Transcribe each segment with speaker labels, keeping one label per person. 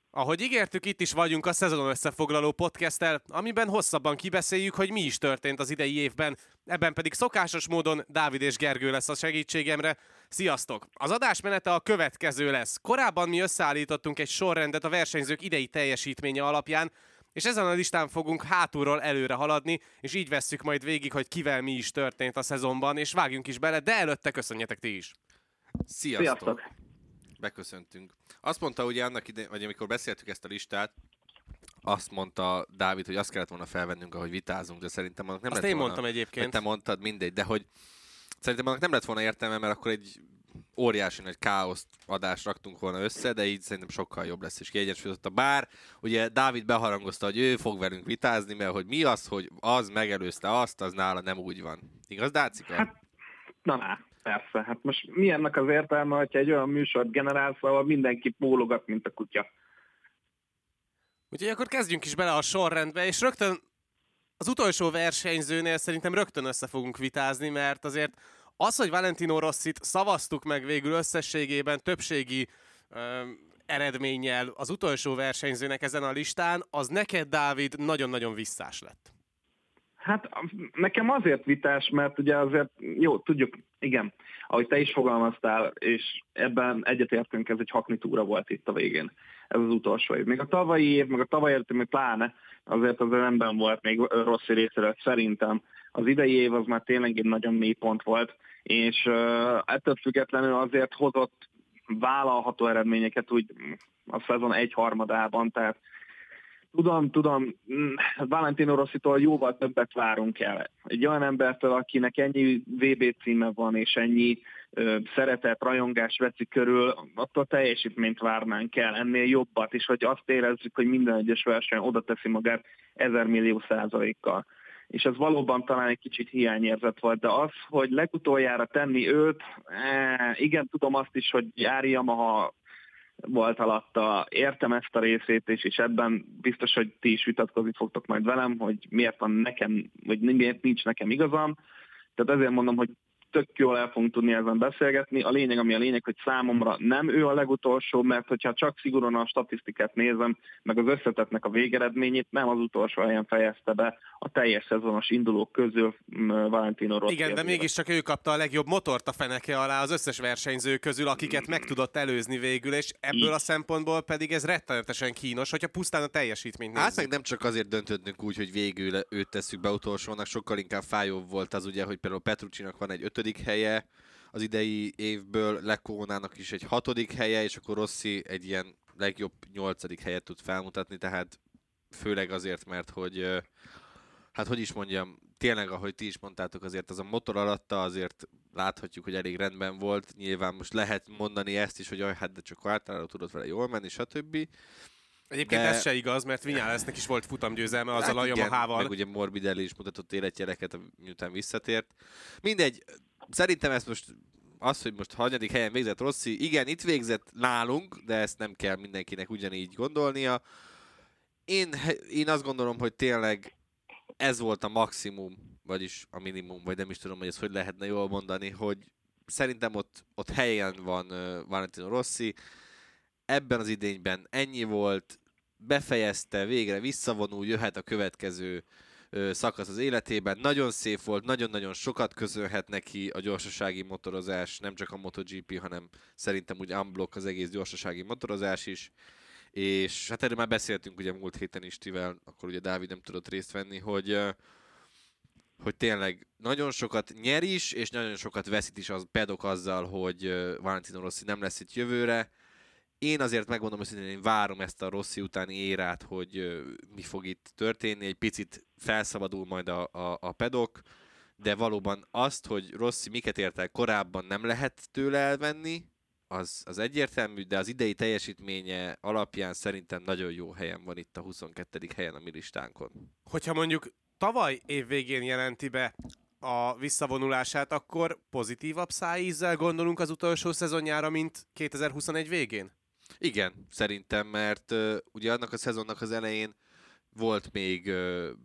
Speaker 1: Ahogy ígértük, itt is vagyunk a szezon összefoglaló podcasttel, amiben hosszabban kibeszéljük, hogy mi is történt az idei évben. Ebben pedig szokásos módon Dávid és Gergő lesz a segítségemre. Sziasztok! Az adásmenete a következő lesz. Korábban mi összeállítottunk egy sorrendet a versenyzők idei teljesítménye alapján, és ezen a listán fogunk hátulról előre haladni, és így vesszük majd végig, hogy kivel mi is történt a szezonban, és vágjunk is bele, de előtte köszönjetek ti is!
Speaker 2: Sziasztok! Beköszöntünk. Azt mondta ugye annak idején, vagy amikor beszéltük ezt a listát, azt mondta Dávid, hogy azt kellett volna felvennünk, ahogy vitázunk, de szerintem annak nem
Speaker 1: azt
Speaker 2: lett
Speaker 1: én
Speaker 2: volna.
Speaker 1: Mondtam egyébként.
Speaker 2: Te mondtad, mindegy, de hogy szerintem annak nem lett volna értelme, mert akkor egy óriási nagy káoszt adást raktunk volna össze, de így szerintem sokkal jobb lesz, és kiegyensúlyozott. Bár ugye Dávid beharangozta, hogy ő fog velünk vitázni, mert hogy mi az, hogy az megelőzte azt, az nála nem úgy van. Igaz, Dácika?
Speaker 3: Hát, persze. Hát most mi ennek az értelme, hogyha egy olyan műsort generálsz, ahol mindenki bólogat, mint a kutya.
Speaker 1: Úgyhogy akkor kezdjünk is bele a sorrendbe, és rögtön az utolsó versenyzőnél szerintem rögtön össze fogunk vitázni, mert azért az, hogy Valentino Rossit szavaztuk meg végül összességében többségi eredménnyel az utolsó versenyzőnek ezen a listán, az neked, Dávid, nagyon-nagyon visszás lett.
Speaker 3: Hát nekem azért vitás, mert ugye azért, jó, tudjuk, igen, ahogy te is fogalmaztál, és ebben egyetértünk, ez egy haknitúra volt itt a végén, ez az utolsó év. Még a tavalyi év, meg a tavalyi előtti, még pláne, azért az rendben volt még Rossi részéről szerintem. Az idei év az már tényleg egy nagyon mély pont volt, és ettől függetlenül azért hozott vállalható eredményeket úgy a szezon egyharmadában, tehát Tudom, Valentino Rossitól jóval többet várunk el. Egy olyan embertől, akinek ennyi VB címe van, és ennyi szeretet, rajongás veszi körül, attól teljesítményt várnánk el, ennél jobbat, és hogy azt érezzük, hogy minden egyes verseny oda teszi magát 1000 millió %-kal. És ez valóban talán egy kicsit hiányérzet volt, de az, hogy legutoljára tenni őt, igen, tudom azt is, hogy Jári Yamaha volt alatta, értem ezt a részét, és ebben biztos, hogy ti is vitatkozni fogtok majd velem, hogy miért van nekem, vagy miért nincs nekem igazam. Tehát ezért mondom, hogy tök jól el fogunk tudni ezen beszélgetni. A lényeg, ami a lényeg, hogy számomra nem ő a legutolsó, mert hogyha csak szigorúan a statisztikát nézem, meg az összetettnek a végeredményét, nem az utolsó helyen fejezte be a teljes szezonos indulók közül Valentino Rossi.
Speaker 1: Igen, de mégiscsak ő kapta a legjobb motort a feneke alá az összes versenyző közül, akiket meg tudott előzni végül, és ebből a szempontból pedig ez rettenetesen kínos, hogyha pusztán a teljesítményt nézzük.
Speaker 2: Hát meg nem csak azért döntöttünk úgy, hogy végül őt tesszük be utolsónak, sokkal inkább fájóbb volt az ugye, hogy például Petruccinak van egy 5. helye az idei évből, Lecónának is egy 6. helye, és akkor Rossi egy ilyen legjobb 8. helyet tud felmutatni, tehát főleg azért, mert hogy hát hogy is mondjam, tényleg, ahogy ti is mondtátok, azért az a motor alatta azért láthatjuk, hogy elég rendben volt. Nyilván most lehet mondani ezt is, hogy hát de csak általában tudott vele jól menni, stb.
Speaker 1: Egyébként ez se igaz, mert Viñalesnek is volt futamgyőzelme azzal a Yamahával.
Speaker 2: Meg ugye Morbidelli is mutatott életjeleket, miután visszatért. Mindegy, szerintem ezt most az, hogy most hanyadik helyen végzett Rossi, igen, itt végzett nálunk, de ezt nem kell mindenkinek ugyanígy gondolnia. Én azt gondolom, hogy tényleg ez volt a maximum, vagyis a minimum, vagy nem is tudom, hogy ezt hogy lehetne jól mondani, hogy szerintem ott helyen van Valentino Rossi, ebben az idényben ennyi volt, befejezte, végre visszavonul, jöhet a következő szakasz az életében. Nagyon szép volt, nagyon-nagyon sokat köszönhet neki a gyorsasági motorozás, nem csak a MotoGP, hanem szerintem úgy unblock az egész gyorsasági motorozás is. És hát erről már beszéltünk ugye múlt héten Istivel, akkor ugye Dávid nem tudott részt venni, hogy tényleg nagyon sokat nyer is, és nagyon sokat veszít is az pedok azzal, hogy Valentino Rossi nem lesz itt jövőre. Én azért megmondom őszintén, én várom ezt a Rossi utáni érát, hogy mi fog itt történni. Egy picit felszabadul majd a pedok, de valóban azt, hogy Rossi miket ért el korábban nem lehet tőle elvenni, az egyértelmű, de az idei teljesítménye alapján szerintem nagyon jó helyen van itt a 22. helyen a mi listánkon.
Speaker 1: Hogyha mondjuk tavaly év végén jelenti be a visszavonulását, akkor pozitívabb szájízzel gondolunk az utolsó szezonjára, mint 2021 végén?
Speaker 2: Igen, szerintem, mert ugye annak a szezonnak az elején volt még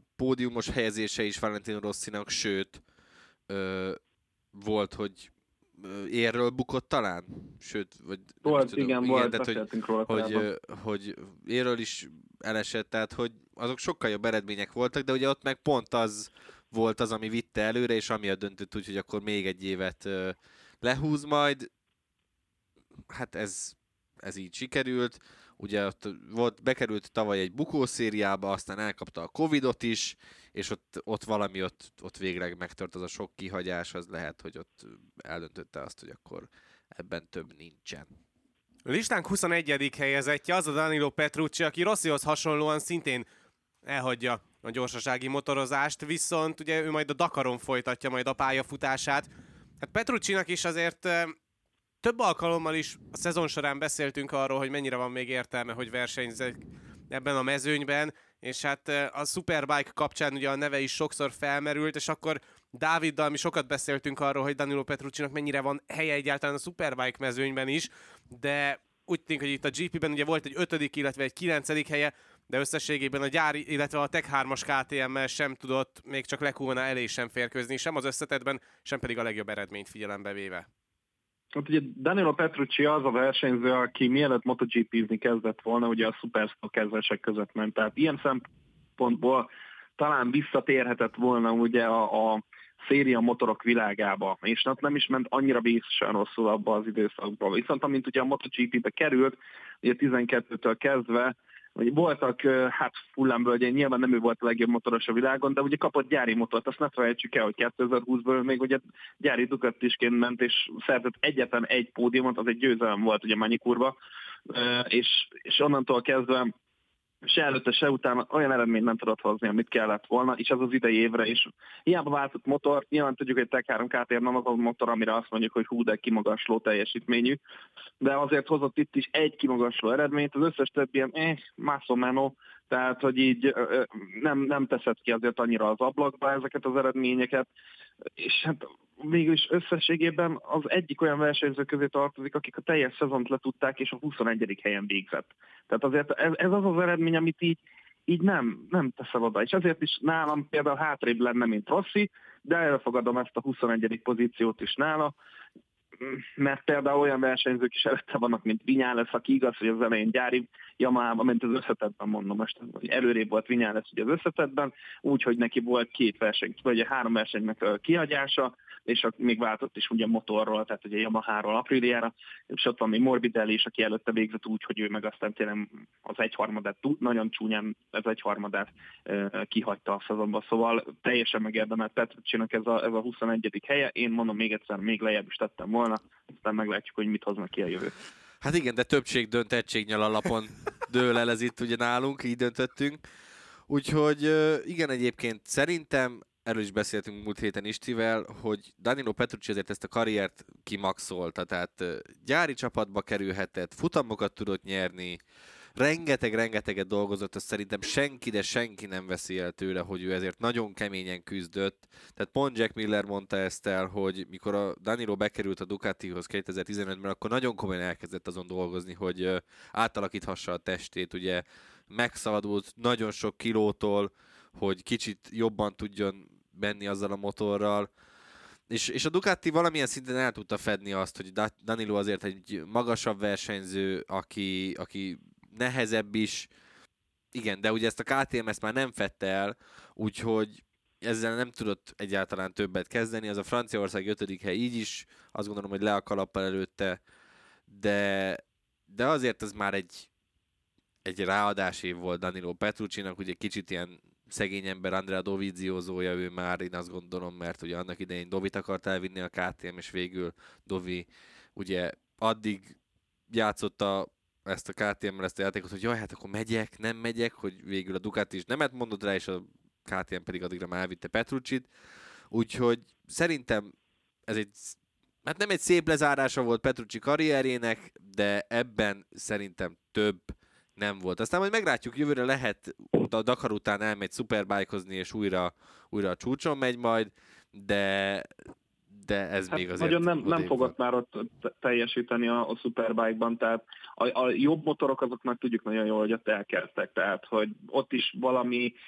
Speaker 2: pódiumos helyezése is Valentino Rossinak, sőt, volt, hogy érről bukott talán? Sőt, vagy
Speaker 3: volt, tudom, volt,
Speaker 2: tehát,
Speaker 3: beszéltünk róla
Speaker 2: hogy érről is elesett, tehát hogy azok sokkal jobb eredmények voltak, de ugye ott meg pont az volt az, ami vitte előre, és amiatt döntött úgy, hogy akkor még egy évet lehúz majd. Hát ez így sikerült. Ugye bekerült tavaly egy bukószériába, aztán elkapta a Covidot is, és ott valami ott végleg megtört az a sok kihagyás, az lehet, hogy ott eldöntötte azt, hogy akkor ebben több nincsen.
Speaker 1: A listánk 21. helyezettje az a Danilo Petrucci, aki Rossihoz hasonlóan szintén elhagyja a gyorsasági motorozást, viszont ugye ő majd a Dakaron folytatja majd a pályafutását. Hát Petruccinak is azért több alkalommal is a szezon során beszéltünk arról, hogy mennyire van még értelme, hogy versenyzek ebben a mezőnyben, és hát a Superbike kapcsán ugye a neve is sokszor felmerült, és akkor Dáviddal mi sokat beszéltünk arról, hogy Danilo Petruccinak mennyire van helye egyáltalán a Superbike mezőnyben is, de úgy tűnik, hogy itt a GP-ben ugye volt egy 5., illetve egy 9. helye, de összességében a gyári, illetve a Tech 3-as KTM-mel sem tudott még csak Lecuona elé sem férkőzni, sem az összetettben, sem pedig a legjobb eredményt figyelembe véve.
Speaker 3: Hát ugye Danilo Petrucci az a versenyző, aki mielőtt MotoGP-zni kezdett volna, ugye a Superstock kezdések között ment. Tehát ilyen szempontból talán visszatérhetett volna ugye a széria motorok világába, és nem is ment annyira vészesen rosszul abba az időszakban. Viszont amint ugye a MotoGP-be került, ugye 12-től kezdve, hogy voltak, hát hullámvölgyen, nyilván nem ő volt a legjobb motoros a világon, de ugye kapott gyári motort, azt ne felejtsük el, hogy 2020-ban még ugye gyári Ducatisként ment, és szerzett egyetlen egy pódiumot, az egy győzelem volt ugye Manikurba, és onnantól kezdve se előtte, se után olyan eredményt nem tudott hozni, amit kellett volna, és ez az idei évre is. Hiába váltott motor, nyilván tudjuk, hogy Tech 3 KTM nem az a motor, amire azt mondjuk, hogy hú, de kimagasló teljesítményű, de azért hozott itt is egy kimagasló eredményt, az összes többi ilyen mászománó, tehát hogy így nem teszed ki azért annyira az ablakba ezeket az eredményeket, és hát mégis összességében az egyik olyan versenyző közé tartozik, akik a teljes szezont letudták, és a 21. helyen végzett. Tehát azért ez az az eredmény, amit így nem teszel oda. És ezért is nálam például hátrébb lenne, mint Rossi, de elfogadom ezt a 21. pozíciót is nála, mert például olyan versenyzők is előtte vannak, mint Viñales, aki igaz, hogy az elején gyári Yamahában, mint az összetettben mondom most, hogy előrébb volt Viñales ugye az összetettben, úgyhogy neki volt 2 verseny, vagy 3 versenynek kihagyása, és még váltott is ugye motorról, tehát ugye Yamaháról Apriliára, és ott van még Morbidelli is, aki előtte végzett úgy, hogy ő meg aztán tényleg az egyharmadát, nagyon csúnyán az egyharmadát kihagyta a szezonban, szóval teljesen megérdemelt Petruccinak ez a 21. helye, én mondom még egyszer, még lejjebb is tettem volna, aztán meglátjuk, hogy mit hoznak ki a jövő.
Speaker 2: Hát igen, de többség dönt egységnyal alapon dől el ez itt ugye nálunk, így döntöttünk. Úgyhogy igen, egyébként szerintem, erről is beszéltünk múlt héten Istivel, hogy Danilo Petrucci azért ezt a karriert kimaxolta, tehát gyári csapatba kerülhetett, futamokat tudott nyerni, rengeteget dolgozott, azt szerintem senki, de senki nem veszi el tőle, hogy ő ezért nagyon keményen küzdött. Tehát pont Jack Miller mondta ezt el, hogy mikor a Danilo bekerült a Ducatihoz 2015-ben, akkor nagyon komolyan elkezdett azon dolgozni, hogy átalakíthassa a testét, ugye megszabadult nagyon sok kilótól, hogy kicsit jobban tudjon menni azzal a motorral, és a Ducati valamilyen szinten el tudta fedni azt, hogy Danilo azért egy magasabb versenyző, aki nehezebb is, igen, de ugye ezt a KTM ezt már nem fedte el, úgyhogy ezzel nem tudott egyáltalán többet kezdeni, az a Franciaország 5. hely így is, azt gondolom, hogy le a kalappal előtte, de azért ez már egy ráadás év volt Danilo Petruccinak, ugye kicsit ilyen szegény ember Andrea Dovizioso-ja ő már, én azt gondolom, mert ugye annak idején Dovit akart elvinni a KTM, és végül Dovi ugye addig játszotta ezt a KTM-mel ezt a játékot, hogy jaj, hát akkor megyek, nem megyek, hogy végül a Ducati is nemet mondott rá, és a KTM pedig addigra már elvitte Petruccit. Úgyhogy szerintem ez hát nem egy szép lezárása volt Petrucci karrierjének, de ebben szerintem több nem volt. Aztán majd meglátjuk, jövőre lehet a Dakar után elmegy Superbike-ozni, és újra a csúcson megy majd, de ez
Speaker 3: hát
Speaker 2: még azért...
Speaker 3: Nagyon nem fogott már ott teljesíteni a Superbike-ban, tehát a jobb motorok azok már tudjuk nagyon jól, hogy ott elkezdtek, tehát hogy ott is valami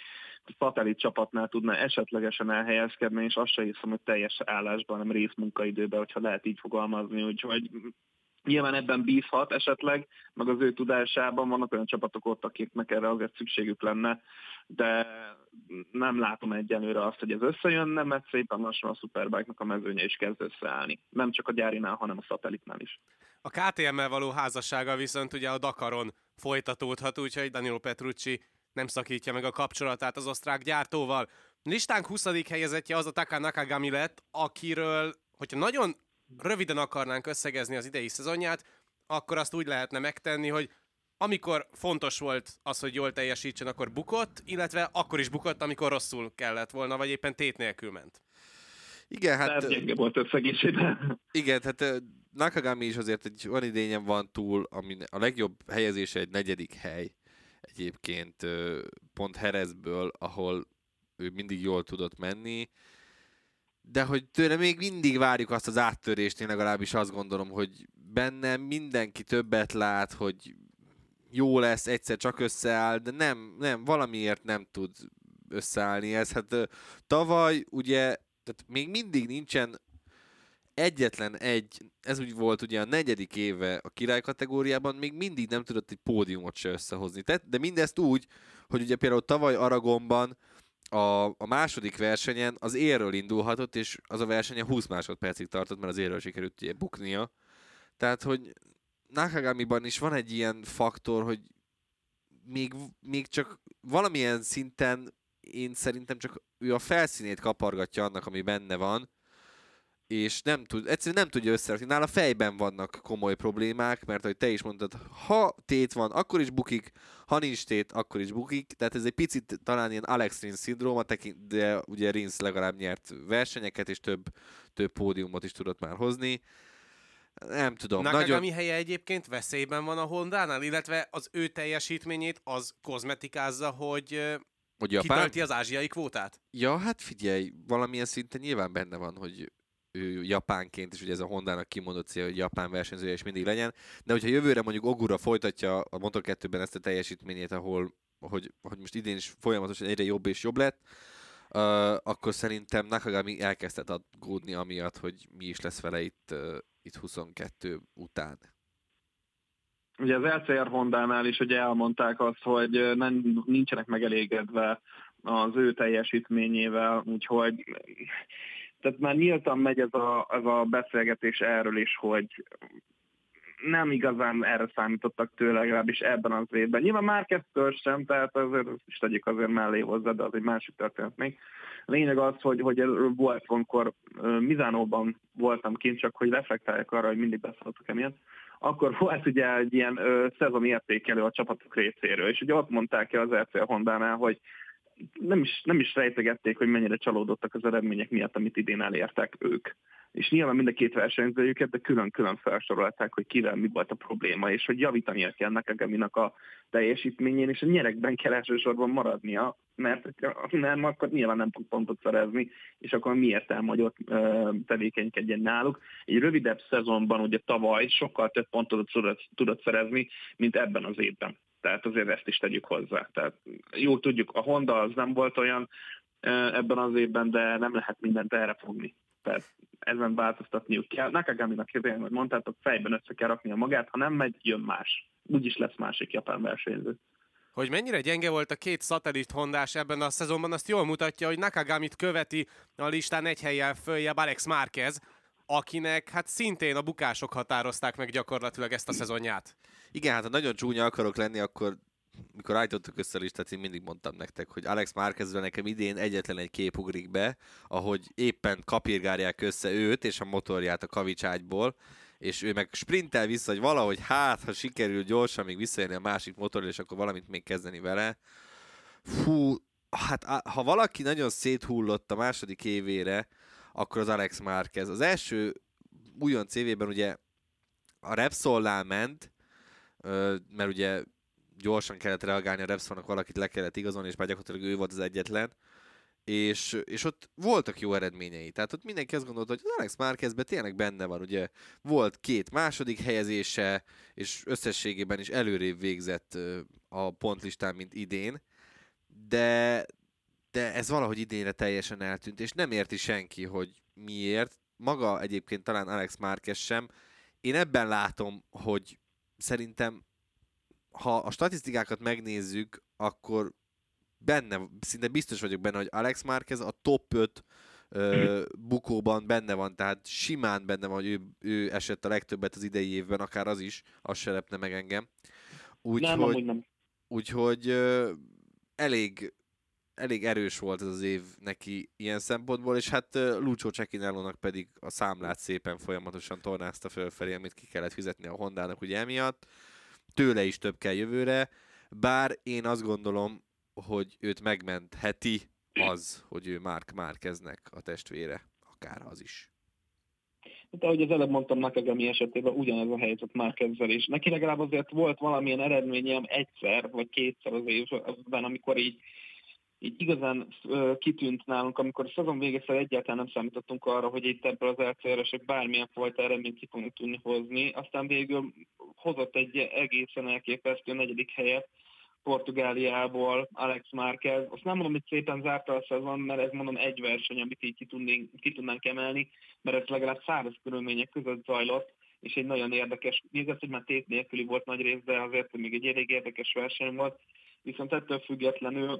Speaker 3: szatellit csapatnál tudna esetlegesen elhelyezkedni, és azt se hiszem, hogy teljes állásban, nem részmunkaidőben, hogyha lehet így fogalmazni, úgyhogy nyilván ebben bízhat esetleg, meg az ő tudásában vannak olyan csapatok ott, akiknek erre azért szükségük lenne, de nem látom egyelőre azt, hogy ez összejönne, mert szépen lassan a Superbike-nak a mezőnye is kezd összeállni. Nem csak a gyárinál, hanem a szatellitnál is.
Speaker 1: A KTM-mel való házassága viszont ugye a Dakaron folytatódhat, úgyhogy Danilo Petrucci nem szakítja meg a kapcsolatát az osztrák gyártóval. Listánk 20. helyezettje az a Taka Nakagami lett, akiről, hogyha nagyon röviden akarnánk összegezni az idei szezonját, akkor azt úgy lehetne megtenni, hogy amikor fontos volt az, hogy jól teljesítsen, akkor bukott, illetve akkor is bukott, amikor rosszul kellett volna, vagy éppen tét nélkül ment.
Speaker 2: Igen, hát...
Speaker 3: Tehát gyenge volt összegésében.
Speaker 2: Igen, hát Nakagami is azért egy olyan idényen van túl, ami a legjobb helyezése egy 4. hely egyébként pont Jerezből, ahol ő mindig jól tudott menni, de hogy tőle még mindig várjuk azt az áttörést, én legalábbis azt gondolom, hogy benne mindenki többet lát, hogy jó lesz, egyszer csak összeáll, de nem, valamiért nem tud összeállni ez. Hát tavaly ugye, tehát még mindig nincsen egyetlen egy, ez úgy volt ugye a 4. éve a király kategóriában, még mindig nem tudott egy pódiumot se összehozni. De mindezt úgy, hogy ugye például tavaly Aragonban a második versenyen az élről indulhatott, és az a versenye 20 másodpercig tartott, mert az élről sikerült ugye buknia. Tehát, hogy Nakagamiban is van egy ilyen faktor, hogy még csak valamilyen szinten én szerintem csak ő a felszínét kapargatja annak, ami benne van, és egyszerűen nem tudja összerakni. Nála fejben vannak komoly problémák, mert ahogy te is mondtad, ha tét van, akkor is bukik, ha nincs tét, akkor is bukik. Tehát ez egy picit talán ilyen Alex Rins szindróma, de ugye Rins legalább nyert versenyeket, és több pódiumot is tudott már hozni. Nem tudom.
Speaker 1: Nakagami helye egyébként veszélyben van a Hondánál, illetve az ő teljesítményét az kozmetikázza, hogy kitölti az ázsiai kvótát?
Speaker 2: Ja, hát figyelj, valamilyen szinten nyilván benne van, hogy ő japánként, és ugye ez a Hondának kimondott cél, hogy japán versenyzője is mindig legyen, de hogyha jövőre mondjuk Ogura folytatja a Moto2-ben ezt a teljesítményét, ahol, hogy most idén is folyamatosan egyre jobb és jobb lett, akkor szerintem Nakagami elkezdett aggódni amiatt, hogy mi is lesz vele itt 22 után.
Speaker 3: Ugye az LCR Hondánál is ugye elmondták azt, hogy nincsenek megelégedve az ő teljesítményével, úgyhogy tehát már nyíltan megy ez a beszélgetés erről is, hogy nem igazán erre számítottak tőle, legalábbis ebben az évben. Nyilván már kezdtől sem, tehát azért is tegyük azért mellé hozzá, de az egy másik történet még. A lényeg az, hogy volt, amikor Mizánóban voltam kint, csak hogy reflektáljak arra, hogy mindig beszéltek emiatt, akkor volt ugye egy ilyen szezon értékelő a csapatok részéről, és ugye ott mondták el az RCL Hondánál, hogy nem is rejtegették, hogy mennyire csalódottak az eredmények miatt, amit idén elértek ők. És nyilván mind a két versenyzőjüket, de külön-külön felsorolták, hogy kivel mi volt a probléma, és hogy javítania kell Nakagaminak a teljesítményén, és a nyerekben kell elsősorban maradnia, mert nem, akkor nyilván nem tud pontot szerezni, és akkor mi értelme, hogy ott tevékenykedjen náluk. Egy rövidebb szezonban, ugye tavaly sokkal több pontot tudott szerezni, mint ebben az évben. Tehát azért ezt is tegyük hozzá. Tehát jó tudjuk, a Honda az nem volt olyan ebben az évben, de nem lehet mindent erre fogni. Tehát ezen változtatniuk kell. Nakagaminak kérdezni, hogy mondtátok, fejben össze kell raknia magát, ha nem megy, jön más. Úgyis lesz másik japán versenyző.
Speaker 1: Hogy mennyire gyenge volt a két szatellit Hondás ebben a szezonban, azt jól mutatja, hogy Nakagamit követi a listán egy hellyel följebb Alex Márquez, akinek hát szintén a bukások határozták meg gyakorlatilag ezt a szezonját.
Speaker 2: Igen, hát ha nagyon csúnya akarok lenni, akkor mikor állítottuk össze a listát, én mindig mondtam nektek, hogy Alex Márquezről nekem idén egyetlen egy kép ugrik be, ahogy éppen kapirgálják össze őt és a motorját a kavicságyból, és ő meg sprintel vissza, hogy valahogy ha sikerül gyorsan még visszajönni a másik motorra, és akkor valamit még kezdeni vele. Fú, hát ha valaki nagyon széthullott a második évére, akkor az Alex Márquez. Az első újonc évében ugye a Repsolnál ment, mert ugye gyorsan kellett reagálni a Repsolnak, valakit le kellett igazolni, és már gyakorlatilag ő volt az egyetlen, és ott voltak jó eredményei. Tehát ott mindenki azt gondolta, hogy az Alex Márquezben tényleg benne van, ugye volt 2 második helyezése, és összességében is előrébb végzett a pontlistán, mint idén, de de ez valahogy idénre teljesen eltűnt, és nem érti senki, hogy miért. Maga egyébként talán Alex Márquez sem. Én ebben látom, hogy szerintem, ha a statisztikákat megnézzük, akkor szinte biztos vagyok benne, hogy Alex Márquez a top 5 bukóban benne van, tehát simán benne van, hogy ő esett a legtöbbet az idei évben, akár az se lepne meg engem. Úgyhogy elég erős volt ez az év neki ilyen szempontból, és hát Lucio Cecchinellónak pedig a számlát szépen folyamatosan tornázta fölfelé, amit ki kellett fizetni a Hondának ugye emiatt. Tőle is több kell jövőre, bár én azt gondolom, hogy őt megmentheti az, hogy ő Marc Márqueznek a testvére, akár az is.
Speaker 3: Hát ahogy az előbb mondtam, Nakagami esetében ugyanez a helyzet Márquezzel is. Neki legalább azért volt valamilyen eredményem egyszer vagy kétszer az évben, amikor így igazán kitűnt nálunk, amikor a szezon végészre egyáltalán nem számítottunk arra, hogy itt ebből az LCR-esek bármilyen fajta eredményt ki fogunk tudni hozni. Aztán végül hozott egy egészen elképesztő 4. helyet Portugáliából Alex Márquez. Azt nem mondom, hogy szépen zárta a szezon, mert ez mondom egy verseny, amit így ki tudnánk emelni, mert ez legalább száraz körülmények között zajlott, és egy nagyon érdekes, igaz, hogy már tét nélküli volt nagy rész, de azért még egy elég érdekes verseny volt, viszont ettől függetlenül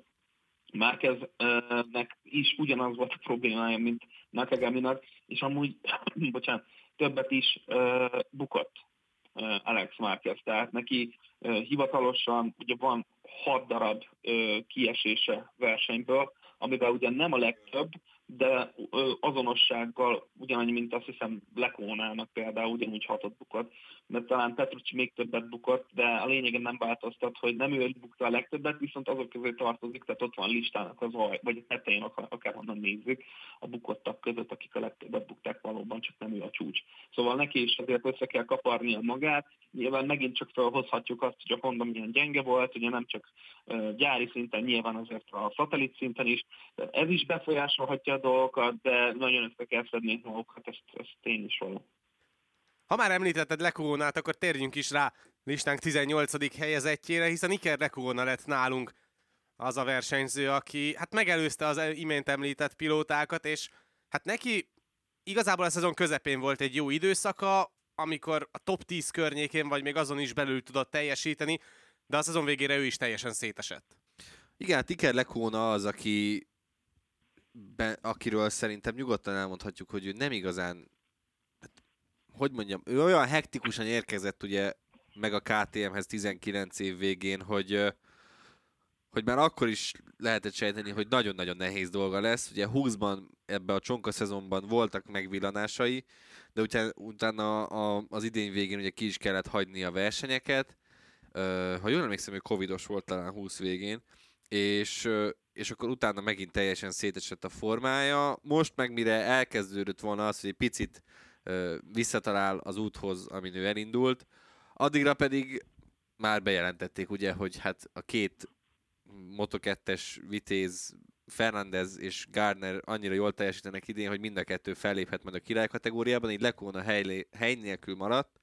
Speaker 3: Márqueznek is ugyanaz volt a problémája, mint Nakagaminak, és amúgy, többet is bukott Alex Márquez, tehát neki hivatalosan ugye van 6 darab kiesése versenyből, amiben ugye nem a legtöbb, de azonossággal ugyanannyi, mint azt hiszem Lecónának például ugyanúgy 6 bukott, mert talán Petrucci még többet bukott, de a lényegen nem változtat, hogy nem ő bukta a legtöbbet, viszont azok közé tartozik, tehát ott van listának az vagy a tetején, akárhonnan nézzük, a bukottak között, akik a legtöbbet bukták valóban, csak nem ő a csúcs. Szóval neki is azért össze kell kaparnia magát, nyilván megint csak felhozhatjuk azt, hogy a Honda milyen gyenge volt, ugye nem csak gyári szinten, nyilván azért a szatellit szinten is, de ez is befolyásolhatja a dolgokat, de nagyon össze kell szedni magukat, ez tény is való.
Speaker 1: Ha már említetted Lecónát, akkor térjünk is rá listánk 18. helyezettjére, hiszen Iker Lecóna lett nálunk az a versenyző, aki hát megelőzte az imént említett pilótákat, és hát neki igazából a szezon közepén volt egy jó időszaka, amikor a top 10 környékén, vagy még azon is belül tudott teljesíteni, de a szezon végére ő is teljesen szétesett.
Speaker 2: Igen, hát Iker Lecóna az, akiről szerintem nyugodtan elmondhatjuk, hogy ő nem igazán, hogy mondjam, ő olyan hektikusan érkezett ugye meg a KTM-hez 19 év végén, hogy már akkor is lehetett sejteni, hogy nagyon-nagyon nehéz dolga lesz. Ugye 20-ban ebbe a csonka szezonban voltak megvillanásai, de utána az idén végén ugye ki is kellett hagyni a versenyeket. Ha jól emlékszem, hogy covidos volt talán 20 végén, és akkor utána megint teljesen szétesett a formája. Most meg mire elkezdődött volna az, hogy egy picit visszatalál az úthoz, amin ő elindult, addigra pedig már bejelentették ugye, hogy hát a két Moto2-es Vitéz, Fernández és Gardner annyira jól teljesítenek idén, hogy mind a kettő felléphet majd a király kategóriában, így Lecóna hely nélkül maradt,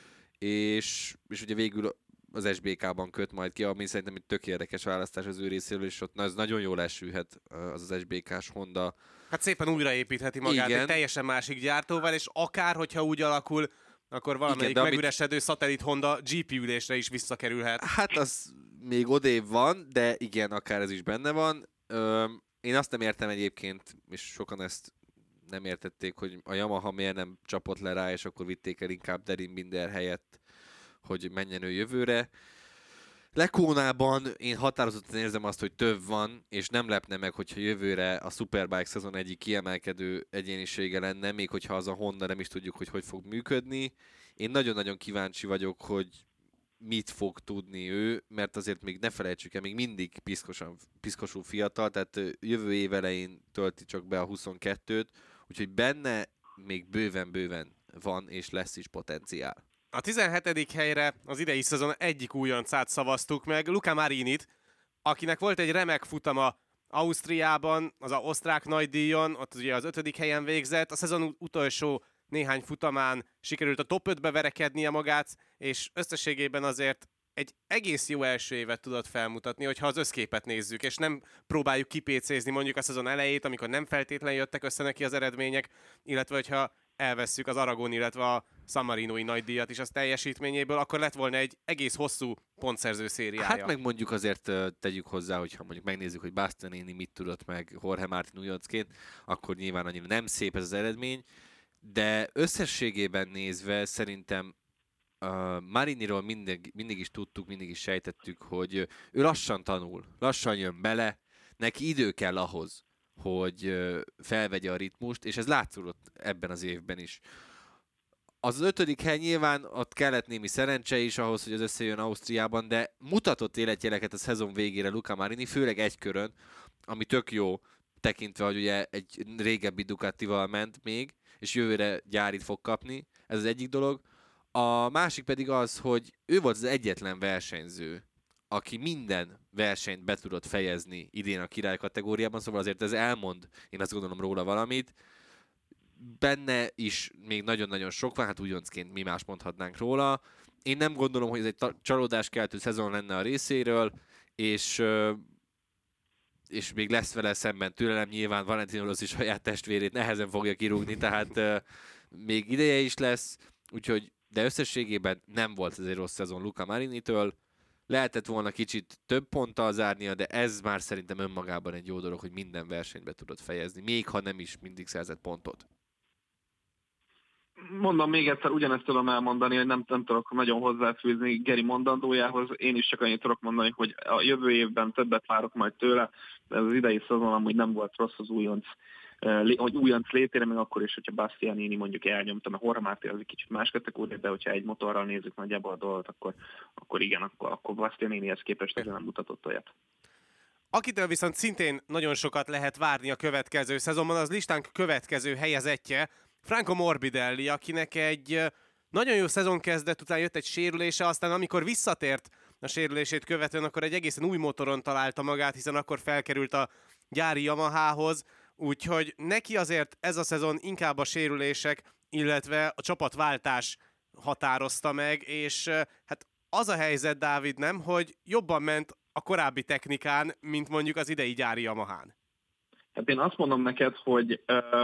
Speaker 2: és ugye végül az SBK-ban köt majd ki, ami szerintem egy tök érdekes választás az ő részéről, és ott az nagyon jól elsülhet az SBK-s Honda.
Speaker 1: Hát szépen újraépítheti magát egy teljesen másik gyártóval, és akár, hogyha úgy alakul, akkor valamelyik megüresedő szatellit Honda GP ülésre is visszakerülhet.
Speaker 2: Hát az még odébb van, de igen, akár ez is benne van. Én azt nem értem egyébként, és sokan ezt nem értették, hogy a Yamaha miért nem csapott le rá, és akkor vitték el inkább Derin Binder helyett, hogy menjen ő jövőre. Lecónában én határozottan érzem azt, hogy több van, és nem lepne meg, hogyha jövőre a Superbike szezon egyik kiemelkedő egyénisége lenne, még hogyha az a Honda nem is tudjuk, hogy fog működni. Én nagyon-nagyon kíváncsi vagyok, hogy mit fog tudni ő, mert azért még ne felejtsük el, még mindig piszkosul fiatal, tehát jövő év elején tölti csak be a 22-t, úgyhogy benne még bőven van és lesz is potenciál.
Speaker 1: A 17. helyre az idei szezon egyik újoncát szavaztuk meg, Luca Marinit, akinek volt egy remek futama Ausztriában, az osztrák nagydíjon, ott ugye az 5. helyen végzett, a szezon utolsó néhány futamán sikerült a top 5-be verekednie magát, és összességében azért egy egész jó első évet tudott felmutatni, hogyha az összképet nézzük, és nem próbáljuk kipécézni mondjuk a szezon elejét, amikor nem feltétlenül jöttek össze neki az eredmények, illetve hogyha elvesszük az Aragon, illetve a San Marinoi nagydíjat is az teljesítményéből, akkor lett volna egy egész hosszú pontszerző szériája.
Speaker 2: Hát meg mondjuk azért tegyük hozzá, hogyha mondjuk megnézzük, hogy Bastianini mit tudott meg Jorge Martin újoncként, akkor nyilván annyira nem szép ez az eredmény, de összességében nézve szerintem Mariniról mindig is tudtuk, mindig is sejtettük, hogy ő lassan tanul, lassan jön bele, neki idő kell ahhoz, hogy felvegye a ritmust, és ez látszódott ebben az évben is. Az 5. hely nyilván ott kellett némi szerencse is ahhoz, hogy az összejön Ausztriában, de mutatott életjeleket a szezon végére Luca Marini, főleg egy körön, ami tök jó, tekintve, hogy ugye egy régebbi Ducatival ment még, és jövőre gyárit fog kapni, ez az egyik dolog. A másik pedig az, hogy ő volt az egyetlen versenyző, aki minden versenyt be tudott fejezni idén a király kategóriában, szóval azért ez elmond, én azt gondolom róla valamit. Benne is még nagyon-nagyon sok van, hát újoncként mi más mondhatnánk róla. Én nem gondolom, hogy ez egy csalódáskeltő szezon lenne a részéről, és még lesz vele szemben türelem, nyilván Valentino Rossi saját testvérét nehezen fogja kirúgni, tehát még ideje is lesz, úgyhogy de összességében nem volt ez egy rossz szezon Luca Marinitől. Lehetett volna kicsit több ponttal zárnia, de ez már szerintem önmagában egy jó dolog, hogy minden versenybe tudod fejezni, még ha nem is mindig szerzett pontot.
Speaker 3: Mondom még egyszer, ugyanezt tudom elmondani, hogy nem tudok nagyon hozzáfűzni Geri mondandójához. Én is csak annyit tudok mondani, hogy a jövő évben többet várok majd tőle, de ez az idei szezon amúgy nem volt rossz az újonc létére, még akkor is, hogyha Bastianini mondjuk elnyomta, mert Jorge Martin az egy kicsit más kategória, de hogyha egy motorral nézzük nagyjából a dolgot, akkor igen, akkor Bastianinihez képest azért nem mutatott olyat.
Speaker 1: Akitől viszont szintén nagyon sokat lehet várni a következő szezonban, az listánk következő helyezettje, Franco Morbidelli, akinek egy nagyon jó szezon kezdett, után jött egy sérülése, aztán amikor visszatért a sérülését követően, akkor egy egészen új motoron találta magát, hiszen akkor felkerült a gyári Yamahához, úgyhogy neki azért ez a szezon inkább a sérülések, illetve a csapatváltás határozta meg, és hát az a helyzet, Dávid, nem, hogy jobban ment a korábbi technikán, mint mondjuk az idei gyári Yamahán.
Speaker 3: Hát én azt mondom neked, hogy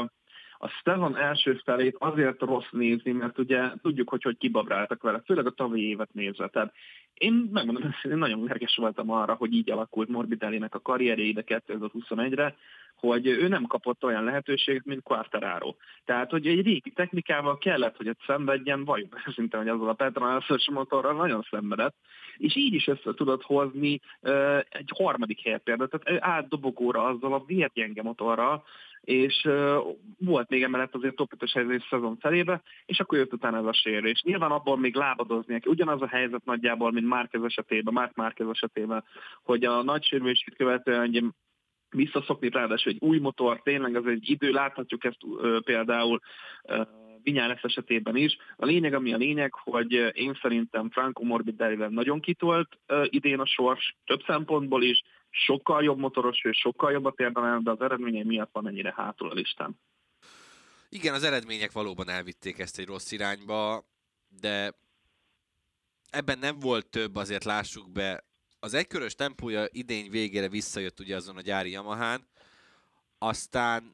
Speaker 3: a szezon első felét azért rossz nézni, mert ugye tudjuk, hogy kibabráltak vele, főleg a tavalyi évet nézve. Tehát én megmondom, én nagyon mérges voltam arra, hogy így alakult Morbidellinek a karrierje ide 2021-re, hogy ő nem kapott olyan lehetőséget, mint Quartararo. Tehát, hogy egy régi technikával kellett, hogy egy szenvedjen, vagy szinte, hogy azzal a Petronas motorral nagyon szenvedett, és így is össze tudott hozni egy harmadik helyet például, tehát átdobogóra azzal a vérgyenge motorral, és volt még emellett azért top 5-ös helyzet szezon felébe, és akkor jött utána ez a sérülés. Nyilván abból még lábadoznia kell. Ugyanaz a helyzet nagyjából, mint Marc Márquez esetében, hogy a nagy sérülését követően visszaszokni, ráadásul egy új motor, tényleg az egy idő, láthatjuk ezt például Viñales esetében is. A lényeg, ami a lényeg, hogy én szerintem Franco Morbidellivel nagyon kitolt idén a sors, több szempontból is, sokkal jobb motoros, és sokkal jobbat érdemel, de az eredményei miatt van ennyire hátul a listán.
Speaker 2: Igen, az eredmények valóban elvitték ezt egy rossz irányba, de ebben nem volt több, azért lássuk be. Az egykörös tempója idény végére visszajött ugye azon a gyári Yamahán, aztán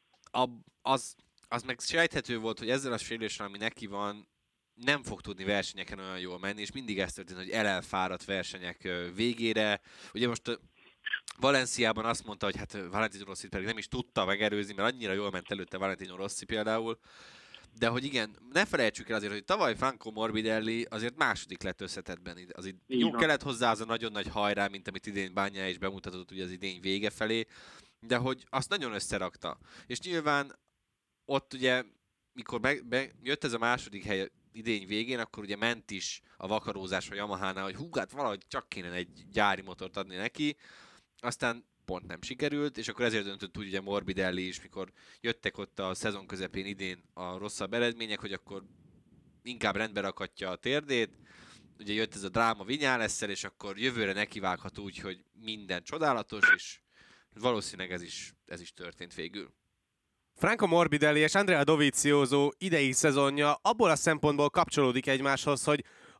Speaker 2: az meg sejthető volt, hogy ezzel a sérüléssel, ami neki van, nem fog tudni versenyeken olyan jól menni, és mindig ez történt, hogy elfáradt versenyek végére. Ugye most Valenciában azt mondta, hogy hát Valentino Rossi pedig nem is tudta megerőzni, mert annyira jól ment előtte Valentino Rossi például. De hogy igen, ne felejtsük el azért, hogy tavaly Franco Morbidelli azért második lett összetettben. Az jó kellett hozzá az a nagyon nagy hajrá, mint amit idén Bagnaia is bemutatott ugye az idény vége felé, de hogy azt nagyon összerakta. És nyilván ott ugye, mikor jött ez a második hely idény végén, akkor ugye ment is a vakarózás a Yamahánál, hogy hú, hát valahogy csak kéne egy gyári motort adni neki, aztán pont nem sikerült, és akkor ezért döntött úgy ugye Morbidelli is, mikor jöttek ott a szezon közepén idén a rosszabb eredmények, hogy akkor inkább rendbe rakatja a térdét. Ugye jött ez a dráma Viñalessel, és akkor jövőre nekivághat úgy, hogy minden csodálatos, és valószínűleg ez is történt végül.
Speaker 1: Franco Morbidelli és Andrea Dovizioso idei szezonja abból a szempontból kapcsolódik egymáshoz, hogy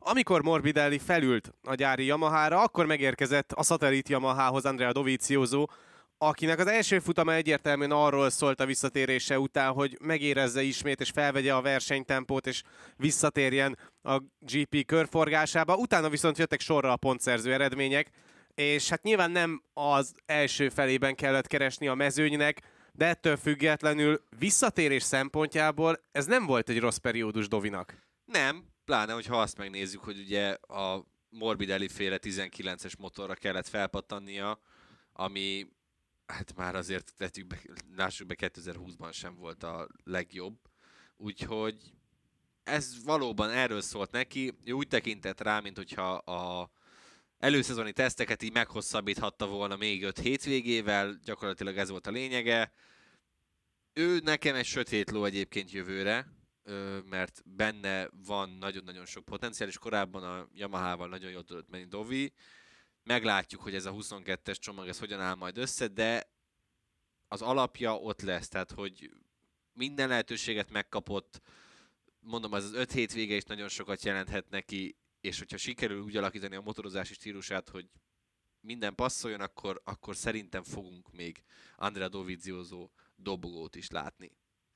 Speaker 1: Amikor Morbidelli felült a gyári Yamahára, akkor megérkezett a szatellit Yamahához Andrea Dovizioso, akinek az első futama egyértelműen arról szólt a visszatérése után, hogy megérezze ismét, és felvegye a versenytempót, és visszatérjen a GP körforgásába. Utána viszont jöttek sorra a pontszerző eredmények, és hát nyilván nem az első felében kellett keresni a mezőnynek, de ettől függetlenül visszatérés szempontjából ez nem volt egy rossz periódus Dovinak.
Speaker 2: Nem, pláne, hogyha azt megnézzük, hogy ugye a Morbidelli féle 19-es motorra kellett felpattannia, ami hát már azért lássuk be 2020-ban sem volt a legjobb. Úgyhogy ez valóban erről szólt neki. Ő úgy tekintett rá, mint hogyha a előszezoni teszteket így meghosszabbíthatta volna még 5 hétvégével, gyakorlatilag ez volt a lényege. Ő nekem egy sötét ló egyébként jövőre, mert benne van nagyon-nagyon sok potenciál, és korábban a Yamahával nagyon jól tudott menni Dovi. Meglátjuk, hogy ez a 22-es csomag ez hogyan áll majd össze, de az alapja ott lesz, tehát hogy minden lehetőséget megkapott, mondom, az 5 hétvége is nagyon sokat jelenthet neki, és hogyha sikerül úgy alakítani a motorozási stílusát, hogy minden passzoljon, akkor szerintem fogunk még Andrea Dovizioso dobogót is látni.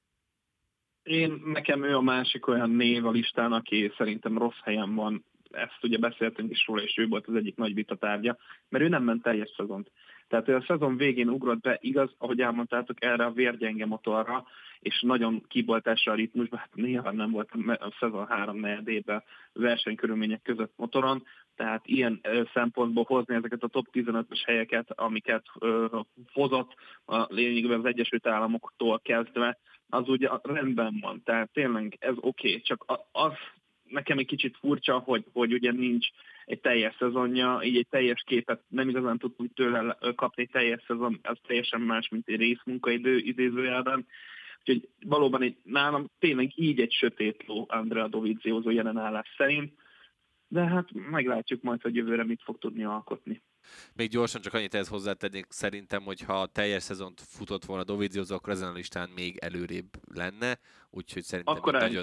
Speaker 3: Nekem ő a másik olyan név a listán, aki szerintem rossz helyen van. Ezt ugye beszéltünk is róla, és ő volt az egyik nagy vitatárgya, mert ő nem ment teljes szezont. Tehát ő a szezon végén ugrott be, igaz, ahogy elmondtátok, erre a vérgyenge motorra, és nagyon kiboltásra a ritmusban, hát néha nem volt a szezon 3-4-ében versenykörülmények között motoron, tehát ilyen szempontból hozni ezeket a top 15-ös helyeket, amiket hozott a lényegben az Egyesült Államoktól kezdve, az ugye rendben van, tehát tényleg ez oké, csak az nekem egy kicsit furcsa, hogy ugye nincs egy teljes szezonja, így egy teljes képet nem igazán tudtuk tőle kapni, egy teljes szezon, az teljesen más, mint egy részmunkaidő idézőjelben. Úgyhogy valóban nálam tényleg így egy sötét ló Andrea Dovizioso jelenállás szerint, de hát meglátjuk majd, hogy jövőre mit fog tudni alkotni.
Speaker 2: Még gyorsan csak annyit ehhez hozzátennék, szerintem, hogyha a teljes szezont futott volna Dovizioso, akkor ezen a listán még előrébb lenne, úgyhogy szerintem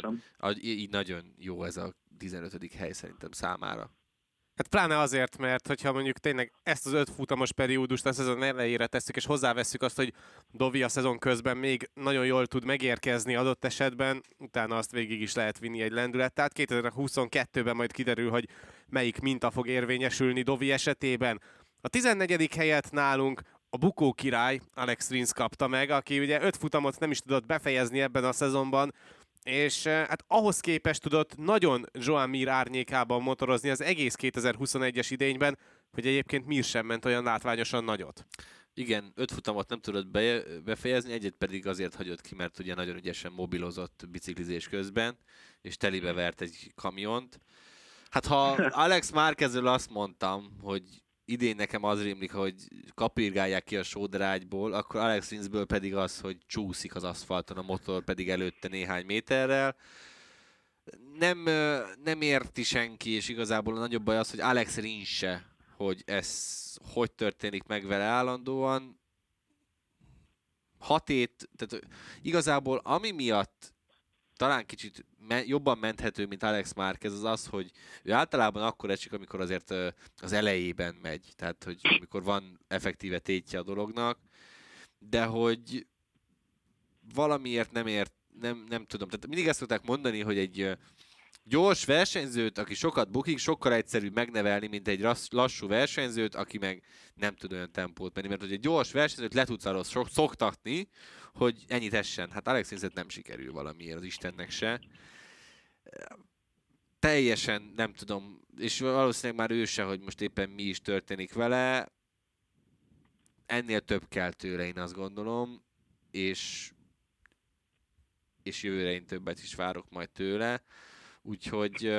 Speaker 2: így nagyon jó ez a 15. hely szerintem számára.
Speaker 1: Hát pláne azért, mert hogyha mondjuk tényleg ezt az 5 futamos periódust a szezon elejére tesszük, és hozzávesszük azt, hogy Dovi a szezon közben még nagyon jól tud megérkezni adott esetben, utána azt végig is lehet vinni egy lendület. Tehát 2022-ben majd kiderül, hogy melyik minta fog érvényesülni Dovi esetében. A 14. helyet nálunk a bukó király Alex Rins kapta meg, aki ugye 5 futamot nem is tudott befejezni ebben a szezonban, és hát ahhoz képest tudott nagyon Joan Mir árnyékában motorozni az egész 2021-es idényben, hogy egyébként Mir sem ment olyan látványosan nagyot.
Speaker 2: Igen, 5 futamot nem tudott befejezni, egyet pedig azért hagyott ki, mert ugye nagyon ügyesen mobilozott biciklizés közben, és telibe vert egy kamiont. Hát ha Alex Márquezről azt mondtam, hogy idén nekem az rémlik, hogy kapirgálják ki a sóderágyból, akkor Alex Rinsből pedig az, hogy csúszik az aszfalton a motor, pedig előtte néhány méterrel. Nem érti senki, és igazából a nagyobb baj az, hogy Alex Rins se, hogy ez hogy történik meg vele állandóan. Tehát igazából ami miatt talán kicsit jobban menthető, mint Alex Márquez, az az, hogy ő általában akkor esik, amikor azért az elejében megy, tehát hogy amikor van effektíve tétje a dolognak, de hogy valamiért nem tudom. Tehát mindig ezt szokták mondani, hogy egy gyors versenyzőt, aki sokat bukik, sokkal egyszerűbb megnevelni, mint egy lassú versenyzőt, aki meg nem tud olyan tempót menni, mert hogy egy gyors versenyzőt le tudsz arról szoktatni, hogy ennyit essen. Hát Alex Rinset nem sikerül valamiért, az Istennek se. Teljesen nem tudom, és valószínűleg már ő se, hogy most éppen mi is történik vele. Ennél több kell tőle, én azt gondolom, és jövőre én többet is várok majd tőle. Úgyhogy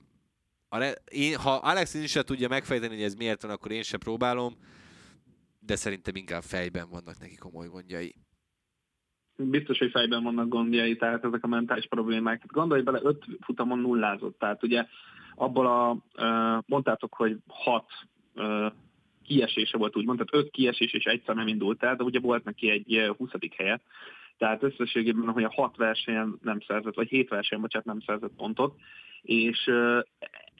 Speaker 2: ha Alex is se tudja megfejteni, hogy ez miért van, akkor én se próbálom, de szerintem inkább fejben vannak neki komoly gondjai.
Speaker 3: Biztos, hogy fejben vannak gondjai, tehát ezek a mentális problémák. Hát gondolj bele, 5 futamon nullázott, tehát ugye abból mondtátok, hogy 6 kiesése volt úgymond, tehát 5 kiesés és egyszer nem indult el, de ugye volt neki egy 20. helye. Tehát összességében, hogy a 6 versenyen nem szerzett, vagy 7 versenyen, bocsánat, nem szerzett pontot, és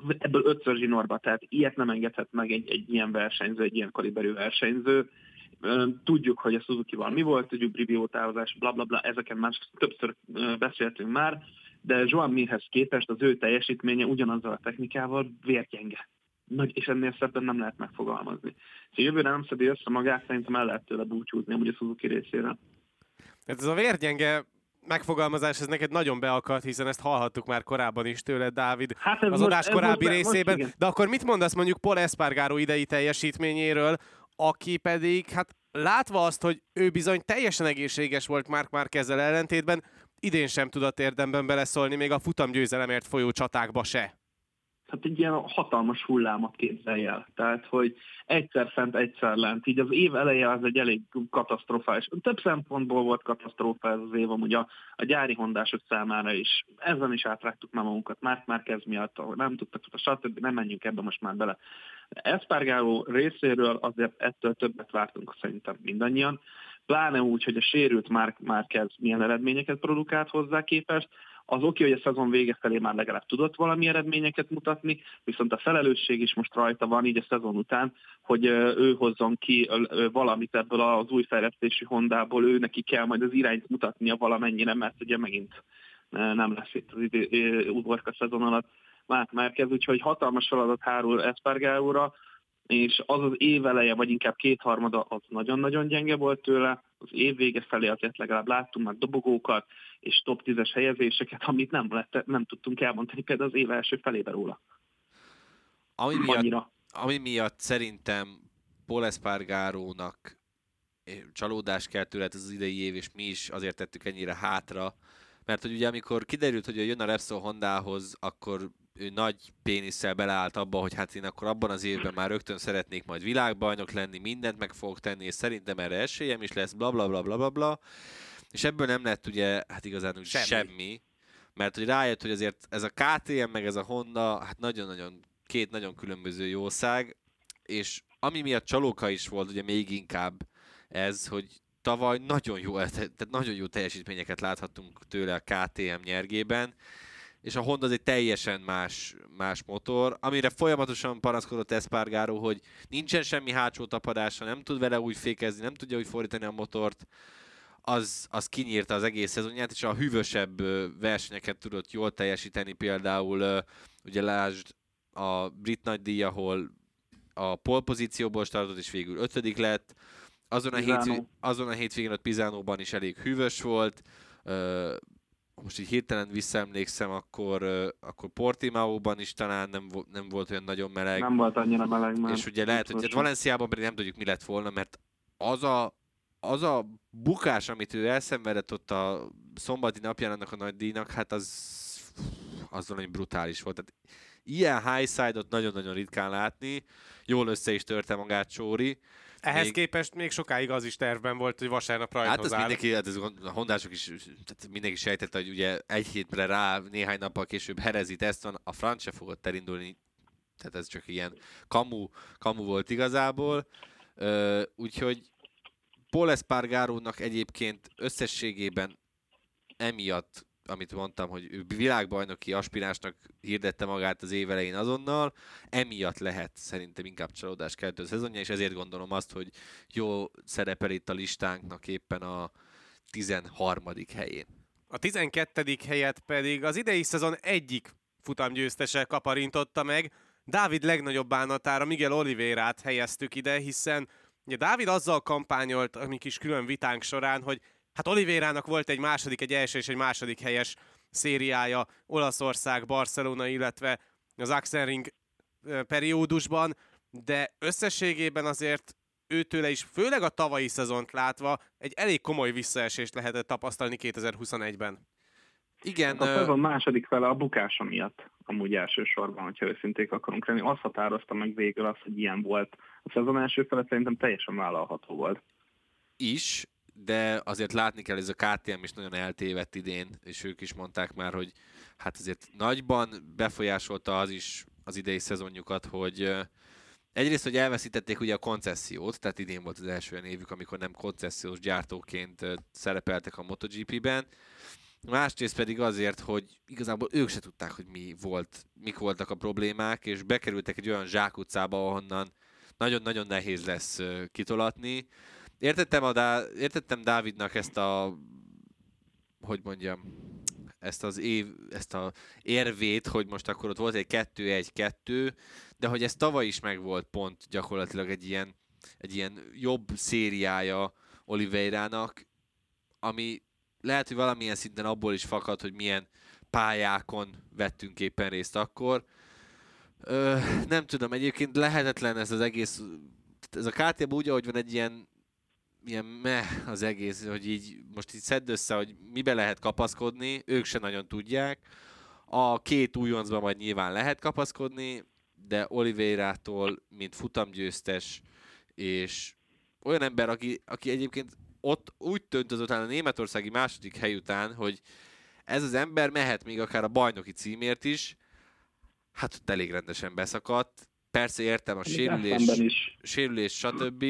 Speaker 3: ebből 5-ször zsinórba, tehát ilyet nem engedhet meg egy ilyen versenyző, egy ilyen kaliberű versenyző. Tudjuk, hogy a Suzuki-val mi volt, tudjuk Brivio távozás, blablabla, ezeken már többször beszéltünk már, de Joan Mirhez képest az ő teljesítménye ugyanazzal a technikával vérgyenge. És ennél szebben nem lehet megfogalmazni. Szóval jövőre nem szedi össze magát, szerintem el lehet tőle búcsúzni, amúgy a Suzuki részére.
Speaker 1: Ez a vérgyenge megfogalmazás, ez neked nagyon beakadt, hiszen ezt hallhattuk már korábban is tőled, Dávid, hát az adás korábbi részében. De akkor mit mondasz mondjuk Pol Espargaró idei teljesítményéről, aki pedig, hát látva azt, hogy ő bizony teljesen egészséges volt Marc Márquezzel ellentétben, idén sem tudott érdemben beleszólni, még a futamgyőzelemért folyó csatákba se.
Speaker 3: Hát egy ilyen hatalmas hullámot képzelj el. Tehát, hogy egyszer fent, egyszer lent. Így az év eleje az egy elég katasztrofális. Több szempontból volt katasztrófa ez az év, amúgy a gyári hondások számára is. Ezen is átrágtuk már magunkat. Marc Márquez miatt, ahol nem tudtak, stb. Nem menjünk ebbe most már bele. Espargaró részéről azért ettől többet vártunk szerintem mindannyian. Pláne úgy, hogy a sérült Marc Márquez milyen eredményeket produkált hozzá képest. Az oké, hogy a szezon vége felé már legalább tudott valami eredményeket mutatni, viszont a felelősség is most rajta van így a szezon után, hogy ő hozzon ki valamit ebből az új fejlesztési Hondából, ő neki kell majd az irányt mutatnia valamennyire, mert ugye megint nem lesz itt az uborka szezon alatt Marc Márquez, úgyhogy hatalmas feladat hárul Espargaróra, és az az év eleje, vagy inkább kétharmada, az nagyon-nagyon gyenge volt tőle. Az év vége felé azért legalább láttunk már dobogókat és top 10-es helyezéseket, amit nem tudtunk elmondani például az év első felébe róla.
Speaker 2: Ami miatt szerintem Pol Espargarónak csalódás kell tőle ez az idei év, és mi is azért tettük ennyire hátra, mert hogy ugye amikor kiderült, hogy jön a Repsol Hondához, akkor ő nagy pénisszel beleállt abba, hogy hát én akkor abban az évben már rögtön szeretnék majd világbajnok lenni, mindent meg fogok tenni, és szerintem erre esélyem is lesz, bla bla bla bla bla bla. És ebből nem lett ugye, hát igazán úgy semmi, mert hogy rájött, hogy azért ez a KTM meg ez a Honda, hát két nagyon különböző jószág, és ami miatt csalóka is volt, ugye még inkább ez, hogy tavaly nagyon jó teljesítményeket láthattunk tőle a KTM nyergében, és a Honda az egy teljesen más motor, amire folyamatosan panaszkodott Espargaró, hogy nincsen semmi hátsó tapadása, nem tud vele úgy fékezni, nem tudja úgy fordítani a motort, az kinyírta az egész szezonját, és a hűvösebb versenyeket tudott jól teljesíteni, például ugye lásd a brit nagydíj, ahol a pole pozícióból startott, és végül 5. lett, azon a hétvégén ott Pisánóban is elég hűvös volt, most így hirtelen visszaemlékszem, akkor Portimaóban is talán nem volt olyan nagyon meleg.
Speaker 3: Nem volt annyira meleg már.
Speaker 2: És ugye lehet, hogy Valenciában pedig nem tudjuk, mi lett volna, mert az a bukás, amit ő elszenvedett ott a szombati napján annak a nagy díjnak, hát az valami brutális volt. Tehát ilyen high side-ot nagyon-nagyon ritkán látni. Jól össze is törte magát Csóri.
Speaker 1: Ehhez képest még sokáig az is tervben volt, hogy vasárnap rajthoz áll.
Speaker 2: A hondások is, tehát mindenki sejtette, hogy ugye egy hétre rá, néhány nappal később Herezit ezt van, a franc se fogott elindulni, tehát ez csak ilyen kamu volt igazából. Úgyhogy Pol Espargarónak egyébként összességében emiatt, amit mondtam, hogy ő világbajnoki aspiránsnak hirdette magát az év elején azonnal, emiatt lehet szerintem inkább csalódás keltő szezonja, és ezért gondolom azt, hogy jó szerepel itt a listánknak éppen a 13. helyén.
Speaker 1: A 12. helyet pedig az idei szezon egyik futamgyőztese kaparintotta meg. Dávid legnagyobb bánatára Miguel Oliveirát helyeztük ide, hiszen ugye Dávid azzal kampányolt a mi kis külön vitánk során, hogy hát Oliveirának volt egy első és egy második helyes szériája Olaszország, Barcelona, illetve az Axelring periódusban, de összességében azért őtőle is, főleg a tavalyi szezont látva, egy elég komoly visszaesést lehetett tapasztalni 2021-ben.
Speaker 2: Igen.
Speaker 3: A szezon második fele a bukása miatt, amúgy elsősorban, hogyha őszinték akarunk lenni, azt határozta meg végül az, hogy ilyen volt. A szezon első fele szerintem teljesen vállalható volt.
Speaker 2: De azért látni kell, ez a KTM is nagyon eltévedt idén, és ők is mondták már, hogy hát azért nagyban befolyásolta az is az idei szezonjukat, hogy egyrészt, hogy elveszítették ugye a koncessziót, tehát idén volt az első olyan évük, amikor nem koncesziós gyártóként szerepeltek a MotoGP-ben, Másrészt pedig azért, hogy igazából ők se tudták, hogy mik voltak a problémák, és bekerültek egy olyan zsákutcába, ahonnan nagyon-nagyon nehéz lesz kitolatni. Értettem Dávidnak ezt a, hogy mondjam, ezt a érvét, hogy most akkor ott volt egy 2-1-2, de hogy ez tavaly is megvolt pont gyakorlatilag egy ilyen jobb szériája Oliveirának, ami lehet, hogy valamilyen szinten abból is fakad, hogy milyen pályákon vettünk éppen részt akkor. Nem tudom, egyébként lehetetlen ez az egész, ez a KTM úgy, ahogy van egy ilyen az egész, hogy így most így szedd össze, hogy mibe lehet kapaszkodni, ők se nagyon tudják. A két újoncban majd nyilván lehet kapaszkodni, de Oliveirától, mint futamgyőztes, és olyan ember, aki egyébként ott úgy tűnt a németországi második hely után, hogy ez az ember mehet még akár a bajnoki címért is, hát ott elég rendesen beszakadt. Persze értem a sérülés, stb.,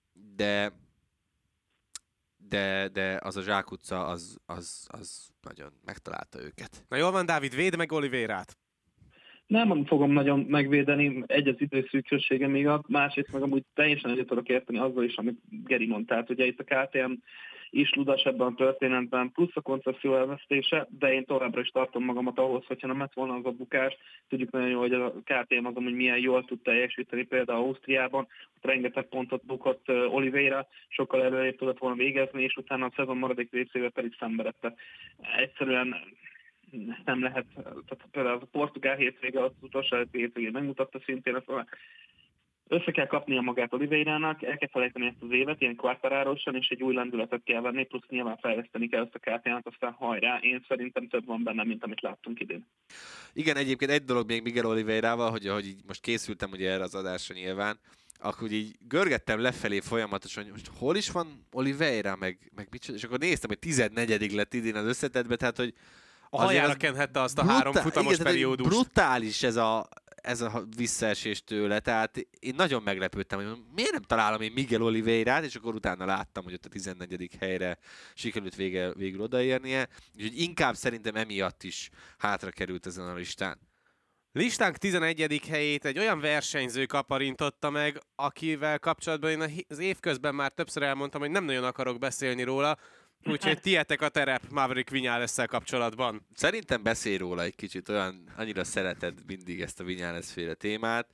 Speaker 2: de az a zsákutca, az nagyon megtalálta őket.
Speaker 1: Na jól van, Dávid, védd meg Oliveirát.
Speaker 3: Nem fogom nagyon megvédeni, az időszűkössége még a másrészt meg amúgy teljesen egyet tudok érteni azzal is, amit Geri mondta. Tehát ugye itt a KTM is ludas ebben a történetben, plusz a koncesszió elvesztése, de én továbbra is tartom magamat ahhoz, hogyha nem lett volna az a bukás. Tudjuk nagyon jól, hogy a KTM az amúgy milyen jól tud teljesíteni, például Ausztriában, ott rengeteg pontot bukott Oliveira, sokkal előrébb tudott volna végezni, és utána a szezon maradék részével pedig szenvedette. Egyszerűen nem lehet, tehát például a portugál hétvége, az utolsó hétvégén megmutatta szintén, össze kell kapnia magát Oliveirának, el kell felejteni ezt az évet, ilyen Quartararosan, és egy új lendületet kell venni, plusz nyilván fejleszteni kell ezt a KTM-t, aztán hajrá. Én szerintem több van benne, mint amit láttunk idén.
Speaker 2: Igen, egyébként egy dolog még Miguel Oliveirával, hogy ahogy így most készültem ugye erre az adásra nyilván, akkor így görgettem lefelé folyamatosan, hogy most hol is van Oliveira, meg micsoda, és akkor néztem, hogy 14. lett idén az összetettbe, tehát hogy
Speaker 1: a hajára kenhette azt a 3 futamos periódust.
Speaker 2: Brutális ez a visszaesés tőle, tehát én nagyon meglepődtem, hogy miért nem találom én Miguel Oliveirát, és akkor utána láttam, hogy ott a 14. helyre sikerült végül odaérnie, úgyhogy inkább szerintem emiatt is hátra került ezen a listán.
Speaker 1: Listánk 11. helyét egy olyan versenyző kaparintotta meg, akivel kapcsolatban én az évközben már többször elmondtam, hogy nem nagyon akarok beszélni róla, úgyhogy tietek a terep Maverick Viñales-szel kapcsolatban.
Speaker 2: Szerintem beszélj róla egy kicsit, annyira szereted mindig ezt a Viñales-féle témát.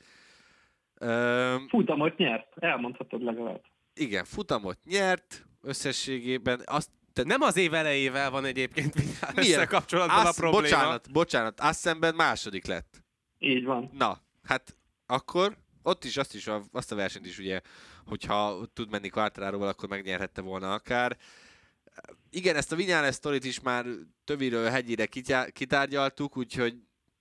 Speaker 3: Futamot nyert, elmondhatod legalább.
Speaker 2: Igen, futamot nyert, összességében.
Speaker 1: Nem az év elejével van egyébként Viñales-szel kapcsolatban a probléma.
Speaker 2: Bocsánat, Assenben második lett.
Speaker 3: Így van.
Speaker 2: Na, hát akkor ott is azt a versenyt is ugye, hogyha tud menni Quartararoval, akkor megnyerhette volna akár. Igen, ezt a Viñales sztorit is már töviről hegyire kitárgyaltuk, úgyhogy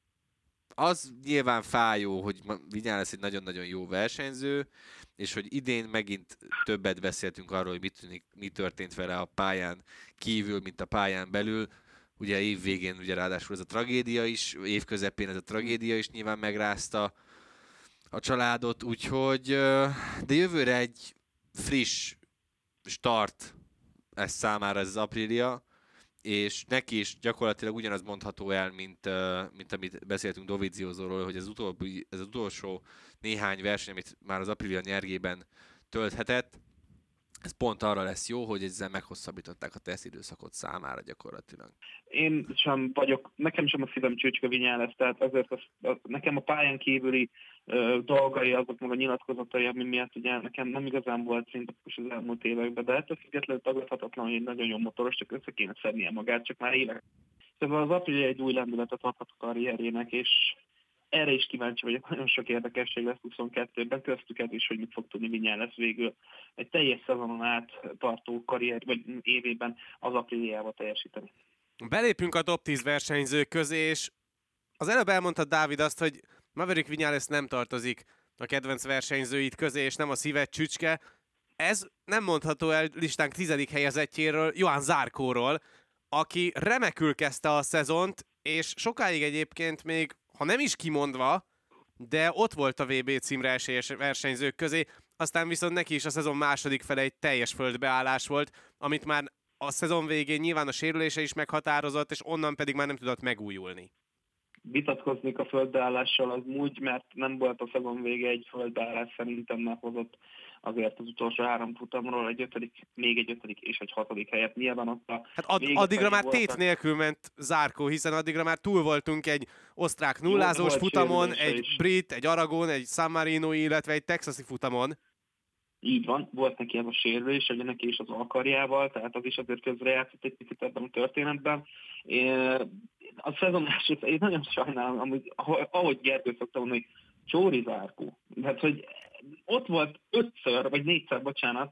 Speaker 2: az nyilván fájó, hogy Viñales egy nagyon-nagyon jó versenyző, és hogy idén megint többet beszéltünk arról, hogy mi történt vele a pályán kívül, mint a pályán belül. Ugye év végén ugye ráadásul ez a tragédia is, év közepén ez a tragédia is nyilván megrázta a családot, úgyhogy de jövőre egy friss start ez számára, ez az Aprilia, és neki is gyakorlatilag ugyanaz mondható el, mint amit beszéltünk Doviziosoról, hogy ez utolsó néhány verseny, amit már az Aprilia nyergében tölthetett, ez pont arra lesz jó, hogy ezzel meghosszabbították a tesztidőszakot számára gyakorlatilag.
Speaker 3: Én sem vagyok, nekem sem a szívem csücske Viñales, tehát ezért nekem a pályán kívüli dolgai, azok meg a nyilatkozatai, ami miatt ugye nekem nem igazán volt szimpatikus az elmúlt években, de ettől függetlenül tagadhatatlan, hogy egy nagyon jó motoros, csak össze kéne szednie magát, csak már évek. Szóval az Aprilia egy új lendületet adhat a karrierjének, és erre is kíváncsi vagyok, nagyon sok érdekesség lesz 22-ben, köztük ez is, hogy mit fog tudni Viñales végül egy teljes szezonon át tartó karrier, vagy évében az Apriliával teljesíteni.
Speaker 1: Belépünk a top 10 versenyzők közé, és az előbb elmondta Dávid azt, hogy Maverick Viñales nem tartozik a kedvenc versenyzőit közé, és nem a szíved csücske. Ez nem mondható el listánk 10. helyezettjéről, Johan Zarcóról, aki remekül kezdte a szezont, és sokáig egyébként még, ha nem is kimondva, de ott volt a VB címre esélyes versenyzők közé, aztán viszont neki is a szezon második fele egy teljes földbeállás volt, amit már a szezon végén nyilván a sérülése is meghatározott, és onnan pedig már nem tudott megújulni.
Speaker 3: Vitatkoznék a földbeállással az úgy, mert nem volt a szezon vége egy földbeállás, szerintem meghozott azért az utolsó 3 futamról még egy ötödik és egy 6. helyet. Nyilván ott a
Speaker 1: Hát addigra már tét nélkül ment Zarco, hiszen addigra már túl voltunk egy osztrák nullázós futamon, egy
Speaker 3: is.
Speaker 1: brit, egy Aragon, egy San Marino, illetve egy texasi futamon.
Speaker 3: Így van, volt neki ez a sérülés, ugye neki is az alkarjával, tehát az is azért közrejátszott egy picit ebben a történetben. A szezon első, én nagyon sajnálom, amúgy, ahogy Gergő szokta mondani, Csóri Zarco. Tehát, hogy ott volt 5-ször, vagy 4-szer, bocsánat,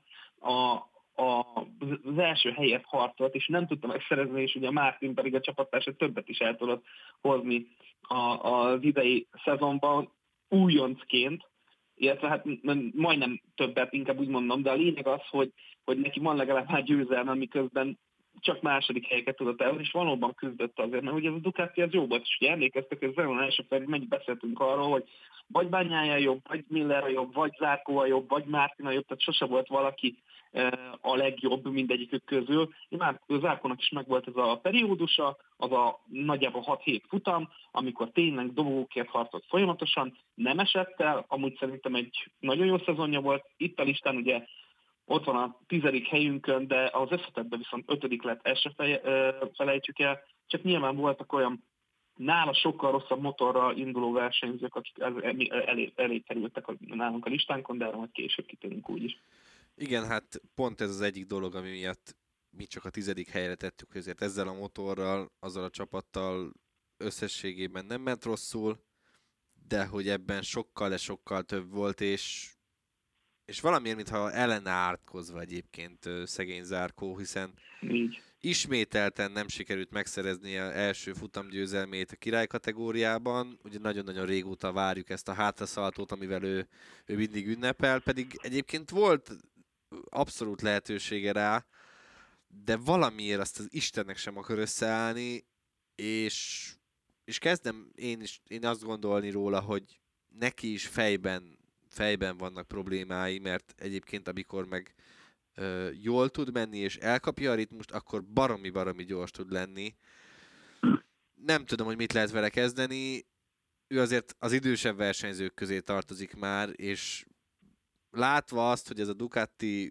Speaker 3: az első helyet harcolt, és nem tudta megszerezni, és ugye a Martin pedig a csapattársa többet is el tudott hozni az idei szezonban újoncként, illetve hát majdnem többet, inkább úgy mondom, de a lényeg az, hogy neki van legalább már győzelme, miközben csak második helyeket tudott el, és valóban küzdött azért, mert ugye ez a Ducati az jó volt, és ugye emlékeztek, hogy az első felé mennyit beszéltünk arról, hogy vagy Bagnaia jobb, vagy Miller a jobb, vagy Zarco a jobb, vagy Martin a jobb, tehát sose volt valaki a legjobb mindegyikük közül. Már Zarcónak is megvolt ez a periódusa, az a nagyjából 6-7 futam, amikor tényleg dobogókért harcolt folyamatosan, nem esett el, amúgy szerintem egy nagyon jó szezonja volt. Itt a listán ugye ott van a 10. helyünkön, de az összetettben viszont 5. lett, ezt se felejtsük el. Csak nyilván voltak olyan nála sokkal rosszabb motorral induló versenyzők, akik elé kerültek nálunk a listánkon, de erre majd később kitérünk úgyis.
Speaker 2: Igen, hát pont ez az egyik dolog, ami miatt mi csak a 10. helyre tettük, ezért ezzel a motorral, azzal a csapattal összességében nem ment rosszul, de hogy ebben sokkal több volt, és valamiért, mintha ellene ártkozva egyébként szegény Zarco, hiszen
Speaker 3: így
Speaker 2: ismételten nem sikerült megszerezni az első futamgyőzelmét a király kategóriában. Ugye nagyon-nagyon régóta várjuk ezt a hátraszaltót, amivel ő mindig ünnepel, pedig egyébként volt abszolút lehetősége rá, de valamiért azt az Istennek sem akar összeállni, és kezdem én azt gondolni róla, hogy neki is fejben vannak problémái, mert egyébként amikor meg jól tud menni, és elkapja a ritmust, akkor baromi gyors tud lenni. Nem tudom, hogy mit lehet vele kezdeni. Ő azért az idősebb versenyzők közé tartozik már, és látva azt, hogy ez a Ducati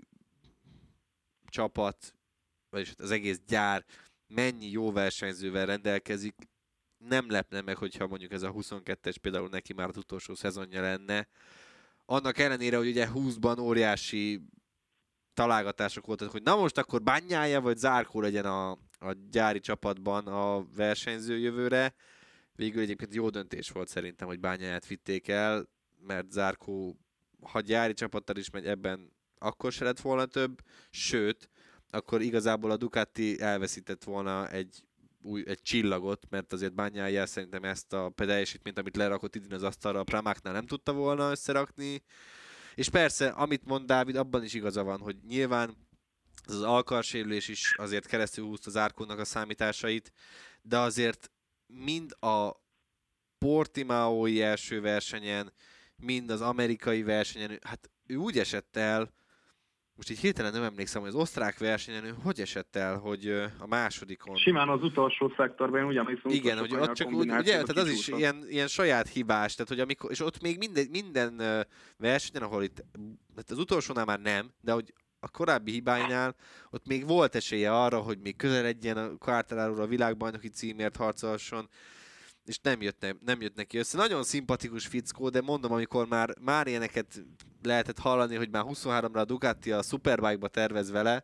Speaker 2: csapat, vagyis az egész gyár mennyi jó versenyzővel rendelkezik, nem lepne meg, hogyha mondjuk ez a 22-es például neki már az utolsó szezonja lenne. Annak ellenére, hogy ugye 20-ban óriási találgatások voltak, hogy na most akkor Bagnaia vagy Zarco legyen a gyári csapatban a versenyző jövőre. Végül egyébként jó döntés volt szerintem, hogy Bagnaiát vitték el, mert Zarco, ha gyári csapattal is megy, ebben akkor se lett volna több, sőt, akkor igazából a Ducati elveszített volna egy csillagot, mert azért Bagnaia szerintem ezt a teljesítményt, amit lerakott idén az asztalra, a Pramáknál nem tudta volna összerakni. És persze, amit mond Dávid, abban is igaza van, hogy nyilván az alkarsérülés is azért keresztül húzta Zarcónak a számításait, de azért mind a Portimaoi első versenyen, mind az amerikai versenyen, hát ő úgy esett el, most így hirtelen nem emlékszem, hogy az osztrák versenyen ő hogy esett el, hogy a másodikon...
Speaker 3: Simán az utolsó szektorban, én ugyanis
Speaker 2: igen, hogy ott csak úgy, ugye, tehát az is ilyen saját hibás, tehát hogy amikor, és ott még minden versenyen, ahol itt, hát az utolsónál már nem, de hogy a korábbi hibáinál ott még volt esélye arra, hogy még közeledjen a Quartararo a világbajnoki címért harcolhasson, és nem jött neki össze. Nagyon szimpatikus fickó, de mondom, amikor már ilyeneket lehetett hallani, hogy már 23-ra a Ducati a Superbike-ba tervez vele,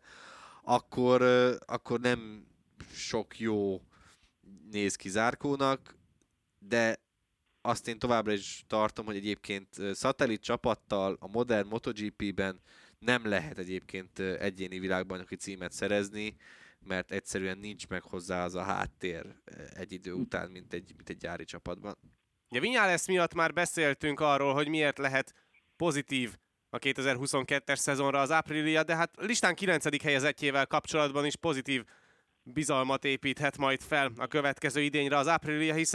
Speaker 2: akkor nem sok jó néz ki Zarcónak, de azt én továbbra is tartom, hogy egyébként szatellit csapattal a modern MotoGP-ben nem lehet egyébként egyéni világbajnoki címet szerezni, mert egyszerűen nincs meg hozzá az a háttér egy idő után, mint egy gyári csapatban.
Speaker 1: Ja, Viñales miatt már beszéltünk arról, hogy miért lehet pozitív a 2022-es szezonra az Aprilia, de hát listán 9. helyezettjével kapcsolatban is pozitív bizalmat építhet majd fel a következő idényre az Aprilia, hiszen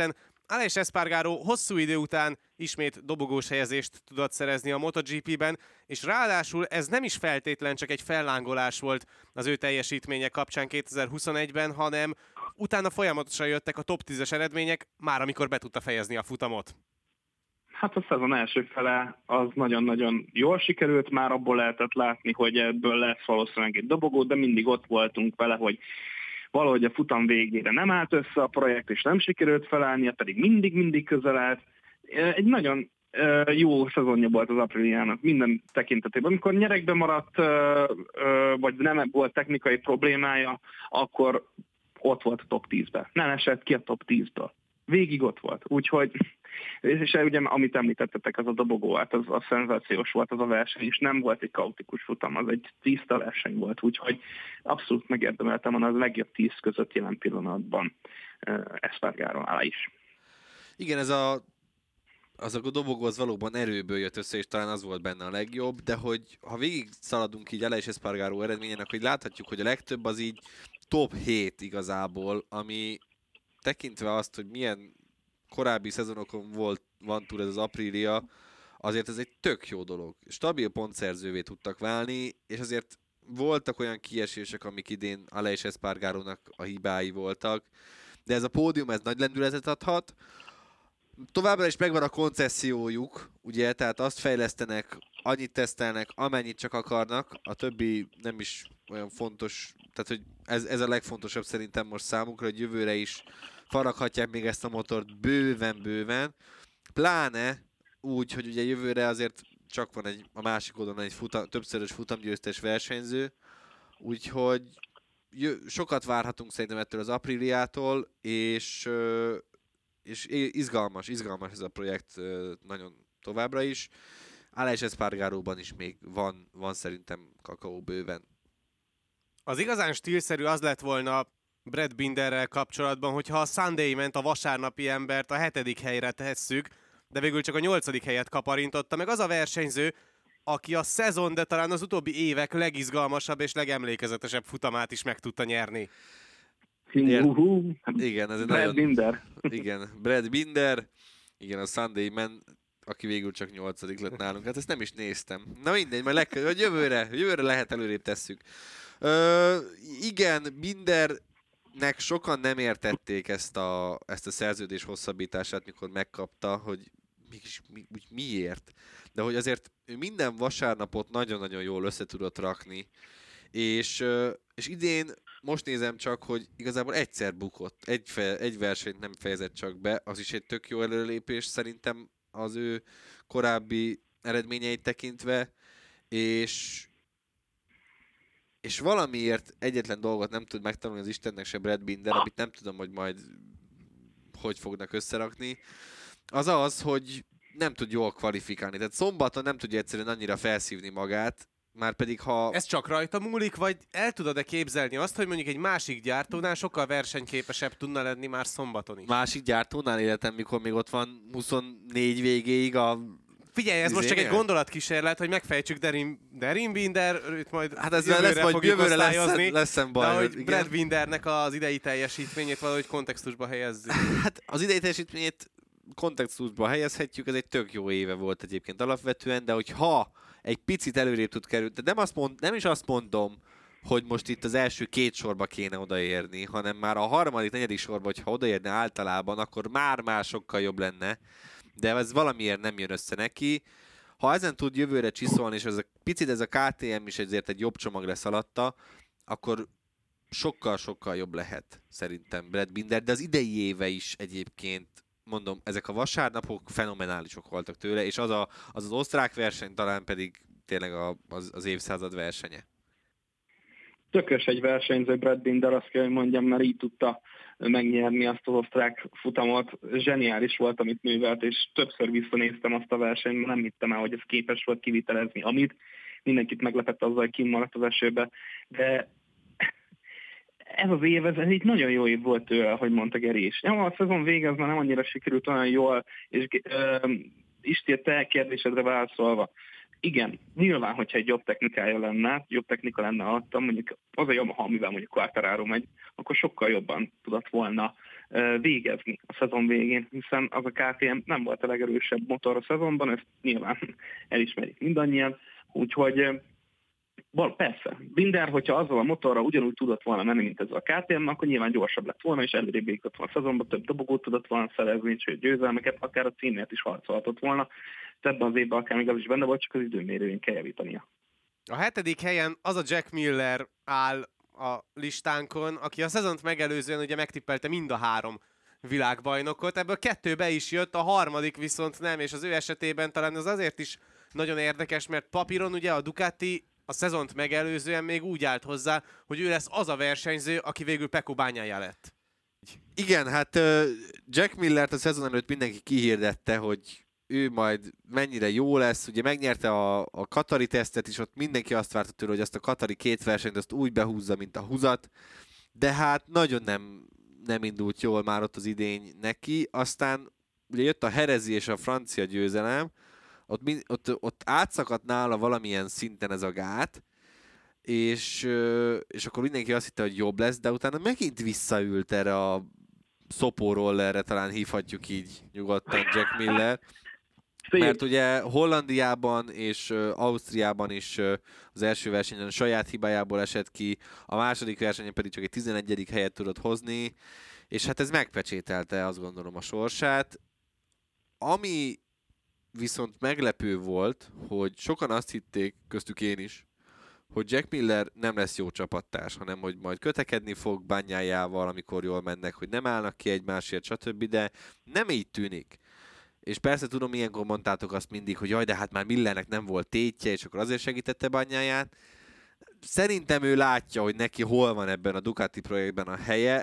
Speaker 1: Aleix Espargaró hosszú idő után ismét dobogós helyezést tudott szerezni a MotoGP-ben, és ráadásul ez nem is feltétlen csak egy fellángolás volt az ő teljesítménye kapcsán 2021-ben, hanem utána folyamatosan jöttek a top 10-es eredmények, már amikor be tudta fejezni a futamot.
Speaker 3: Hát a szezon első fele az nagyon-nagyon jól sikerült, már abból lehetett látni, hogy ebből lesz valószínűleg egy dobogó, de mindig ott voltunk vele, hogy valahogy a futam végére nem állt össze a projekt, és nem sikerült felállnia, pedig mindig közel állt. Egy nagyon jó szezonja volt az Apriliának minden tekintetében. Amikor nyerekbe maradt, vagy nem volt technikai problémája, akkor ott volt a top 10-ben. Nem esett ki a top 10-ből. Végig ott volt. Úgyhogy, és ugye, amit említettetek, az a dobogó, hát az szenzációs volt az a verseny, és nem volt egy kaotikus futam, az egy tiszta verseny volt, úgyhogy abszolút megérdemeltem, az a legjobb 10 között jelen pillanatban Espargarónál is.
Speaker 2: Igen, az a dobogó az valóban erőből jött össze, és talán az volt benne a legjobb, de hogy ha végig szaladunk így Aleix Espargaró eredményének, hogy láthatjuk, hogy a legtöbb az így top 7 igazából, ami tekintve azt, hogy milyen korábbi szezonokon van túl ez az Aprilia, azért ez egy tök jó dolog. Stabil pontszerzővé tudtak válni, és azért voltak olyan kiesések, amik idén Aleix Espargarónak a hibái voltak, de ez a pódium, ez nagy lendületet adhat. Továbbra is megvan a koncessziójuk, ugye, tehát azt fejlesztenek, annyit tesztelnek, amennyit csak akarnak, a többi nem is olyan fontos, tehát hogy ez a legfontosabb szerintem most számunkra, hogy jövőre is faraghatják még ezt a motort bőven, pláne úgy, hogy ugye jövőre azért csak van a másik oldalon egy többszörös futamgyőztes versenyző, úgyhogy sokat várhatunk szerintem ettől az Apriliától, és izgalmas ez a projekt nagyon továbbra is. Aleix Espargaróban is még van szerintem kakaó bőven.
Speaker 1: Az igazán stílszerű az lett volna Brad Binderrel kapcsolatban, hogyha a Sunday ment a vasárnapi embert a 7. helyre tesszük, de végül csak a 8. helyet kaparintotta meg az a versenyző, aki a szezon, de talán az utóbbi évek legizgalmasabb és legemlékezetesebb futamát is meg tudta nyerni.
Speaker 2: Igen, ez egy
Speaker 3: Brad Binder.
Speaker 2: Igen, Brad Binder, igen, a Sunday Man, aki végül csak 8. lett nálunk. Hát ezt nem is néztem. Na mindegy, majd jövőre lehet előrébb tesszük. Igen, Bindernek sokan nem értették ezt a szerződés hosszabbítását, mikor megkapta, hogy miért. De hogy azért ő minden vasárnapot nagyon-nagyon jól össze tudott rakni, és idén most nézem csak, hogy igazából egyszer bukott, egy versenyt nem fejezett csak be, az is egy tök jó előrelépés szerintem az ő korábbi eredményeit tekintve, és valamiért egyetlen dolgot nem tud megtanulni az Istennek se Brad Binder, amit nem tudom, hogy majd hogy fognak összerakni, az, hogy nem tud jól kvalifikálni. Tehát szombaton nem tudja egyszerűen annyira felszívni magát, márpedig ha...
Speaker 1: Ez csak rajta múlik, vagy el tudod-e képzelni azt, hogy mondjuk egy másik gyártónál sokkal versenyképesebb tudna lenni már szombaton is?
Speaker 2: Másik gyártónál életem, mikor még ott van 24 végéig a...
Speaker 1: Figyelj, ez most csak egy gondolatkísérlet, hogy megfejtsük Derin Binder, őt majd
Speaker 2: hát ez jövőre lesz baj.
Speaker 1: De hogy Brad Bindernek az idei teljesítményét valahogy kontextusba helyezzük. Hát
Speaker 2: az idei teljesítményét kontextusba helyezhetjük, ez egy tök jó éve volt egyébként alapvetően, de hogyha egy picit előrébb tud kerülni, de nem is azt mondom, hogy most itt az első 2 sorba kéne odaérni, hanem már a 3., 4. sorba, hogyha odaérne általában, akkor már sokkal jobb lenne, de ez valamiért nem jön össze neki. Ha ezen tud jövőre csiszolni, és ez a KTM is ezért egy jobb csomag lesz alatta, akkor sokkal jobb lehet szerintem Brad Binder, de az idei éve is egyébként, mondom, ezek a vasárnapok fenomenálisok voltak tőle, és az osztrák verseny talán pedig tényleg az évszázad versenye.
Speaker 3: Tökös egy versenyző Brad Binder, azt kell, hogy mondjam, mert így tudta megnyerni azt az osztrák futamot. Zseniális volt, amit művelt, és többször visszanéztem azt a versenyt, nem hittem el, hogy ez képes volt kivitelezni, amit mindenkit meglepett azzal, hogy kimaradt az esőbe, de ez az év, ez egy nagyon jó év volt tőle, ahogy mondta Geri is. Ja, a szezon vége az már nem annyira sikerült olyan jól, és Isti, te kérdésedre válaszolva. Igen, nyilván, hogyha egy jobb technika lenne alatta, mondjuk az a Yamaha, amivel mondjuk Quartararo megy, akkor sokkal jobban tudott volna végezni a szezon végén, hiszen az a KTM nem volt a legerősebb motor a szezonban, ezt nyilván elismerik mindannyian, úgyhogy persze, Binder, hogyha azzal a motorral ugyanúgy tudott volna menni, mint ez a KTM, akkor nyilván gyorsabb lett volna, és előrébb jutott volna a szezonban, több dobogót tudott volna szerezni, sőt győzelmeket, akár a címért is harcolhatott volna. Ebben az évben akár még az is benne volt, csak az időmérőjén kell javítania.
Speaker 1: A 7. helyen az a Jack Miller áll a listánkon, aki a szezont megelőzően ugye megtippelte mind a 3 világbajnokot, ebből 2 be is jött, a 3. viszont nem, és az ő esetében talán az azért is nagyon érdekes, mert papíron ugye a Ducati a szezont megelőzően még úgy állt hozzá, hogy ő lesz az a versenyző, aki végül Pecco Bagnaia lett.
Speaker 2: Igen, hát Jack Millert a szezon előtt mindenki kihirdette, hogy ő majd mennyire jó lesz. Ugye megnyerte a katari tesztet is, ott mindenki azt várta tőle, hogy azt a katari 2 versenyt azt úgy behúzza, mint a húzat, de hát nagyon nem indult jól már ott az idény neki. Aztán ugye jött a herezi és a francia győzelem, ott átszakadt nála valamilyen szinten ez a gát, és akkor mindenki azt hitte, hogy jobb lesz, de utána megint visszaült erre a szopórollerre, talán hívhatjuk így nyugodtan Jack Miller. Mert ugye Hollandiában és Ausztriában is az első versenyen a saját hibájából esett ki, a második versenyen pedig csak egy 11. helyet tudott hozni, és hát ez megpecsételte, azt gondolom, a sorsát. Ami viszont meglepő volt, hogy sokan azt hitték, köztük én is, hogy Jack Miller nem lesz jó csapattárs, hanem hogy majd kötekedni fog Bagnaia-val, amikor jól mennek, hogy nem állnak ki egymásért, stb., de nem így tűnik. És persze tudom, ilyenkor mondtátok azt mindig, hogy jaj, de hát már Millernek nem volt tétje, és akkor azért segítette Bagnaiát. Szerintem ő látja, hogy neki hol van ebben a Ducati projektben a helye,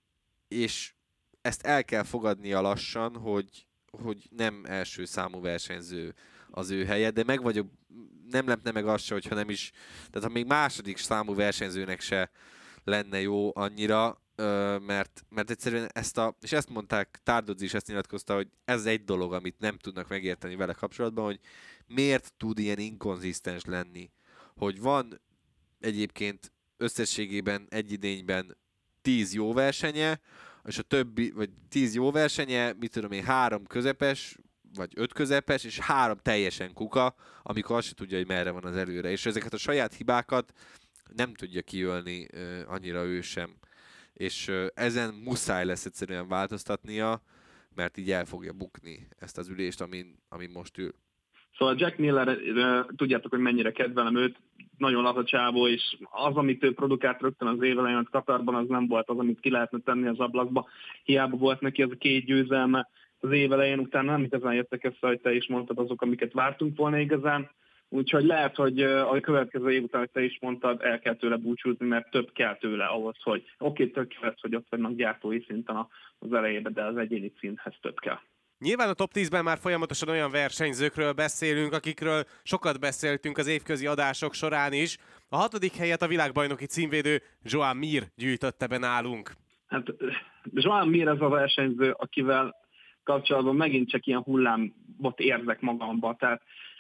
Speaker 2: és ezt el kell fogadnia lassan, hogy nem első számú versenyző az ő helye, de nem lepne meg azt se, hogyha nem is, tehát ha még második számú versenyzőnek se lenne jó annyira, mert egyszerűen és ezt mondták, Tardozzi is ezt nyilatkozta, hogy ez egy dolog, amit nem tudnak megérteni vele kapcsolatban, hogy miért tud ilyen inkonzisztens lenni. Hogy van egyébként összességében egy idényben 10 jó versenye, és a többi, vagy 10 jó versenye, mit tudom én, 3 közepes, vagy 5 közepes, és 3 teljesen kuka, amikor azt se tudja, hogy merre van az előre. És ezeket a saját hibákat nem tudja kiölni annyira ő sem. És ezen muszáj lesz egyszerűen változtatnia, mert így el fogja bukni ezt az ülést, amin most ül.
Speaker 3: Szóval Jack Miller, tudjátok, hogy mennyire kedvelem őt, nagyon laza csávó, és az, amit ő produkált rögtön az év elején a Katarban, az nem volt az, amit ki lehetne tenni az ablakba. Hiába volt neki az a 2 győzelme az év elején, utána nem igazán jöttek össze, hogy te is mondtad, azok, amiket vártunk volna igazán. Úgyhogy lehet, hogy a következő év után, hogy te is mondtad, el kell tőle búcsúzni, mert több kell tőle ahhoz, hogy tök lesz, hogy ott vannak gyártói szinten az elejében, de az egyéni szinthez több kell.
Speaker 1: Nyilván a top 10-ben már folyamatosan olyan versenyzőkről beszélünk, akikről sokat beszéltünk az évközi adások során is. A 6. helyet a világbajnoki címvédő Joan Mir gyűjtötte be nálunk.
Speaker 3: Hát Joan Mir az a versenyző, akivel kapcsolatban megint csak ilyen hullámot érzek magamban. Tehát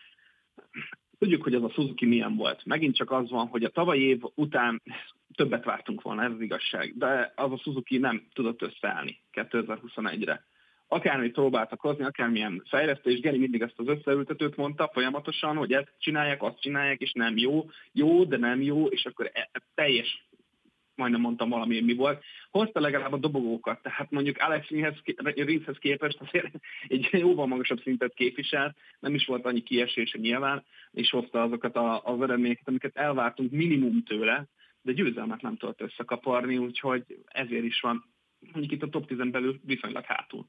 Speaker 3: tudjuk, hogy az a Suzuki milyen volt. Megint csak az van, hogy a tavalyi év után többet vártunk volna, ez az igazság. De az a Suzuki nem tudott összeállni 2021-re. Akármit próbáltak hozni, akármilyen fejlesztés, Geri mindig ezt az összeültetőt mondta folyamatosan, hogy ezt csinálják, azt csinálják, és nem jó. Jó, de nem jó, és akkor teljes, majdnem mondtam valami, mi volt. Hozta legalább a dobogókat, tehát mondjuk Alex Rinshez képest azért egy jóval magasabb szintet képviselt, nem is volt annyi kiesése nyilván, és hozta azokat az eredményeket, amiket elvártunk minimum tőle, de győzelmet nem tudott összekaparni, úgyhogy ezért is van mondjuk itt a top 10-en belül viszonylag hátul.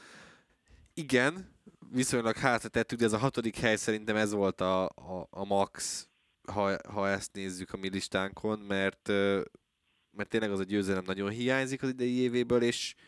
Speaker 2: Igen, viszonylag hátra tettük, de ez a 6. hely szerintem ez volt a max, ha ezt nézzük a mi listánkon, mert tényleg az a győzelem nagyon hiányzik az idei évéből,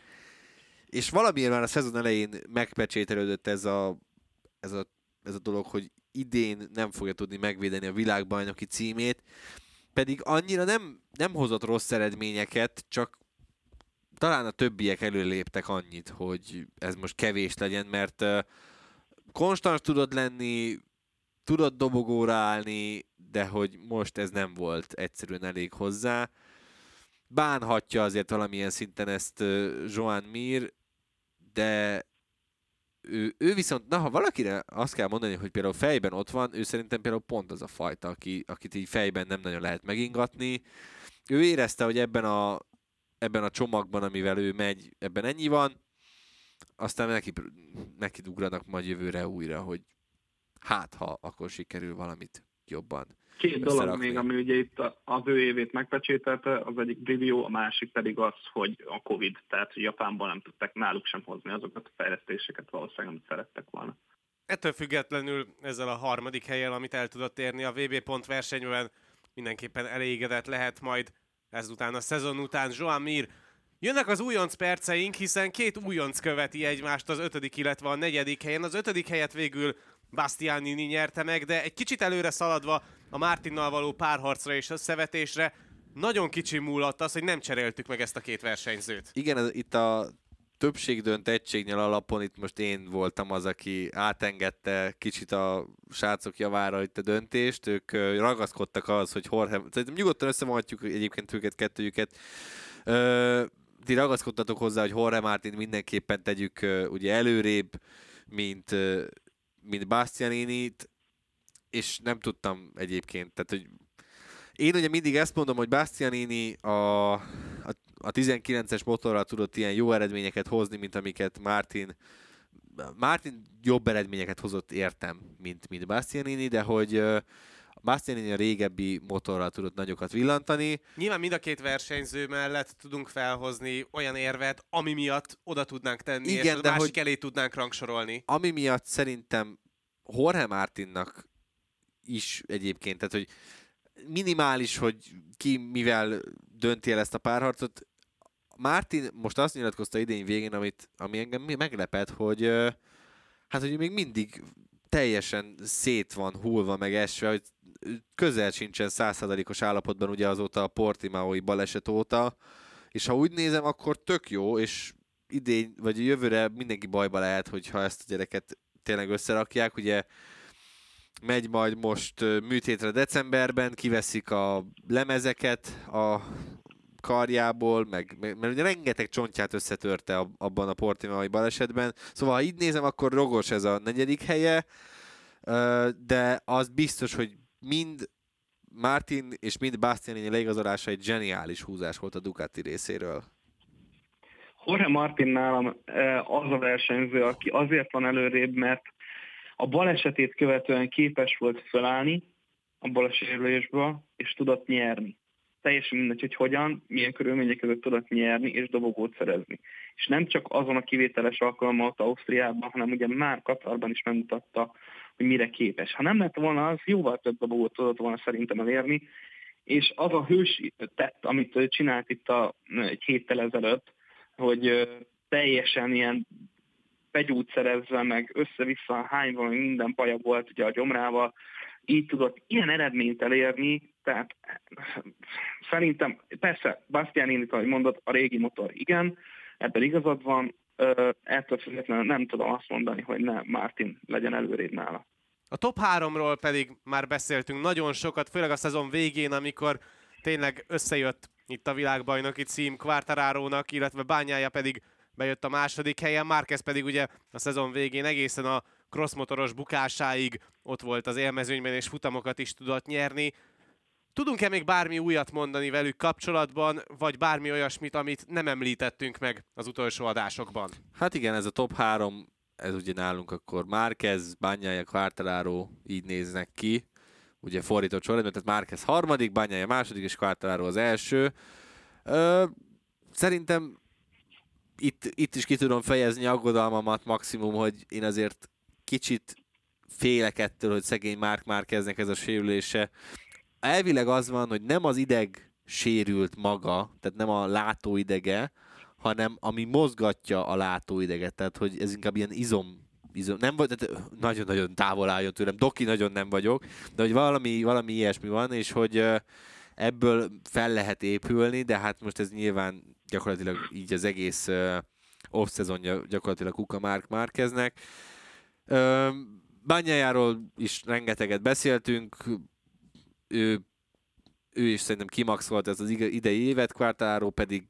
Speaker 2: és valamiért már a szezon elején megpecsételődött ez a dolog, hogy idén nem fogja tudni megvédeni a világbajnoki címét, pedig annyira nem hozott rossz eredményeket, csak talán a többiek előléptek annyit, hogy ez most kevés legyen, mert konstans tudod lenni, tudod dobogóra állni, de hogy most ez nem volt egyszerűen elég hozzá. bánhatja azért valamilyen szinten ezt Joan Mir, de ő viszont, ha valakire azt kell mondani, hogy például fejben ott van, ő szerintem például pont az a fajta, akit így fejben nem nagyon lehet megingatni. Ő érezte, hogy ebben a csomagban, amivel ő megy, ebben ennyi van, aztán neki ugranak majd jövőre újra, hogy ha akkor sikerül valamit jobban
Speaker 3: Két dolog
Speaker 2: összerakni.
Speaker 3: még, ami ugye itt az ő évét megpecsételte, az egyik Brivio, a másik pedig az, hogy a Covid, tehát hogy Japánban nem tudták náluk sem hozni azokat a fejlesztéseket valószínűleg, amit szerettek volna.
Speaker 1: Ettől függetlenül ezzel a harmadik helyen, amit el tudott érni a VB pont versenyben, mindenképpen elégedett lehet majd ezután a szezon után Joan Mir. Jönnek az újonc perceink, hiszen két újonc követi egymást az 5., illetve a 4. helyen. Az 5. helyet végül Bastianini nyerte meg, de egy kicsit előre szaladva a Martinnal való párharcra és összevetésre nagyon kicsi múlott az, hogy nem cseréltük meg ezt a két versenyzőt.
Speaker 2: Igen, itt a többség dönt egységnyel alapon, itt most én voltam az, aki átengedte kicsit a srácok javára itt a döntést, ők ragaszkodtak ahhoz, hogy Jorge, szerintem nyugodtan összemondhatjuk egyébként őket, kettőjüket, ti ragaszkodtatok hozzá, hogy Jorge Martin mindenképpen tegyük ugye előrébb, mint Bastianinit, és nem tudtam egyébként, tehát hogy én ugye mindig ezt mondom, hogy Bastianini a 19-es motorral tudott ilyen jó eredményeket hozni, mint amiket Martin jobb eredményeket hozott, értem, mint Bastianini, de hogy Bastianini a régebbi motorral tudott nagyokat villantani.
Speaker 1: Nyilván mind a két versenyző mellett tudunk felhozni olyan érvet, ami miatt oda tudnunk tenni, igen, és a másik elé tudnánk rangsorolni.
Speaker 2: Ami miatt szerintem Jorge Martinnak is egyébként, tehát hogy minimális, hogy ki mivel dönti el ezt a párharcot. Martin most azt nyilatkozta idén végén, ami engem meglepett, hogy hogy még mindig teljesen szét van hullva, meg esve, hogy közel sincsen 100%-os állapotban ugye azóta a Portimaoi baleset óta, és ha úgy nézem, akkor tök jó, és idén, vagy jövőre mindenki bajba lehet, hogyha ezt a gyereket tényleg összerakják, ugye megy majd most műtétre decemberben, kiveszik a lemezeket a karjából, mert ugye rengeteg csontját összetörte abban a Portimaoi balesetben. Szóval ha így nézem, akkor rogos ez a 4. helye, de az biztos, hogy mind Martin és mind Bastianini leigazolása egy zseniális húzás volt a Ducati részéről.
Speaker 3: Jorge Martin nálam az a versenyző, aki azért van előrébb, mert a balesetét követően képes volt felállni abból a sérülésből, és tudott nyerni. Teljesen mindegy, hogy hogyan, milyen körülmények között tudott nyerni, és dobogót szerezni. És nem csak azon a kivételes alkalommal Ausztriában, hanem ugye már Katarban is megmutatta, hogy mire képes. Ha nem lett volna az, jóval több dobogót tudott volna szerintem elérni, és az a hős tett, amit csinált itt egy héttel ezelőtt, hogy teljesen ilyen begyógyszerezve, meg össze-vissza hányva, meg minden baja volt ugye a gyomrával, így tudott ilyen eredményt elérni, tehát szerintem, persze, Bastianinit, ahogy mondod, a régi motor igen, ebben igazad van, ettől függetlenül nem tudom azt mondani, hogy ne Martin legyen előrébb nála.
Speaker 1: A top 3-ról pedig már beszéltünk nagyon sokat, főleg a szezon végén, amikor tényleg összejött itt a világbajnoki cím Quartararónak, illetve Bagnaia pedig bejött a 2. helyen, Márquez pedig ugye a szezon végén egészen a crossmotoros bukásáig ott volt az élmezőnyben, és futamokat is tudott nyerni. Tudunk-e még bármi újat mondani velük kapcsolatban, vagy bármi olyasmit, amit nem említettünk meg az utolsó adásokban?
Speaker 2: Hát igen, ez a top 3, ez ugye nálunk akkor Márquez, Bagnaia, Quartararo így néznek ki. Ugye fordított sorrendben, tehát Márquez 3., Bagnaia 2. és Quartararo az első. Szerintem itt is ki tudom fejezni aggodalmamat maximum, hogy én azért kicsit félek ettől, hogy szegény Marc Márqueznek ez a sérülése. Elvileg az van, hogy nem az ideg sérült maga, tehát nem a látóidege, hanem ami mozgatja a látóideget, tehát hogy ez inkább ilyen izom nem vagy, nagyon-nagyon távol álljon tőlem, doki nagyon nem vagyok, de hogy valami ilyesmi van, és hogy ebből fel lehet épülni, de hát most ez nyilván gyakorlatilag így az egész off-szezonja gyakorlatilag kuka Marc Márqueznek. Bagnaiáról is rengeteget beszéltünk, ő ő is szerintem kimaxolt ez az idei évet, Quartararo pedig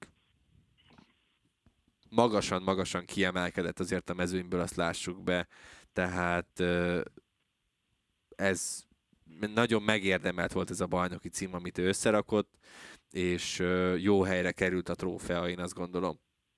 Speaker 2: magasan kiemelkedett azért a mezőnyből, azt lássuk be. Tehát ez nagyon megérdemelt volt ez a bajnoki cím, amit ő összerakott, és jó helyre került a trófea, én azt gondolom.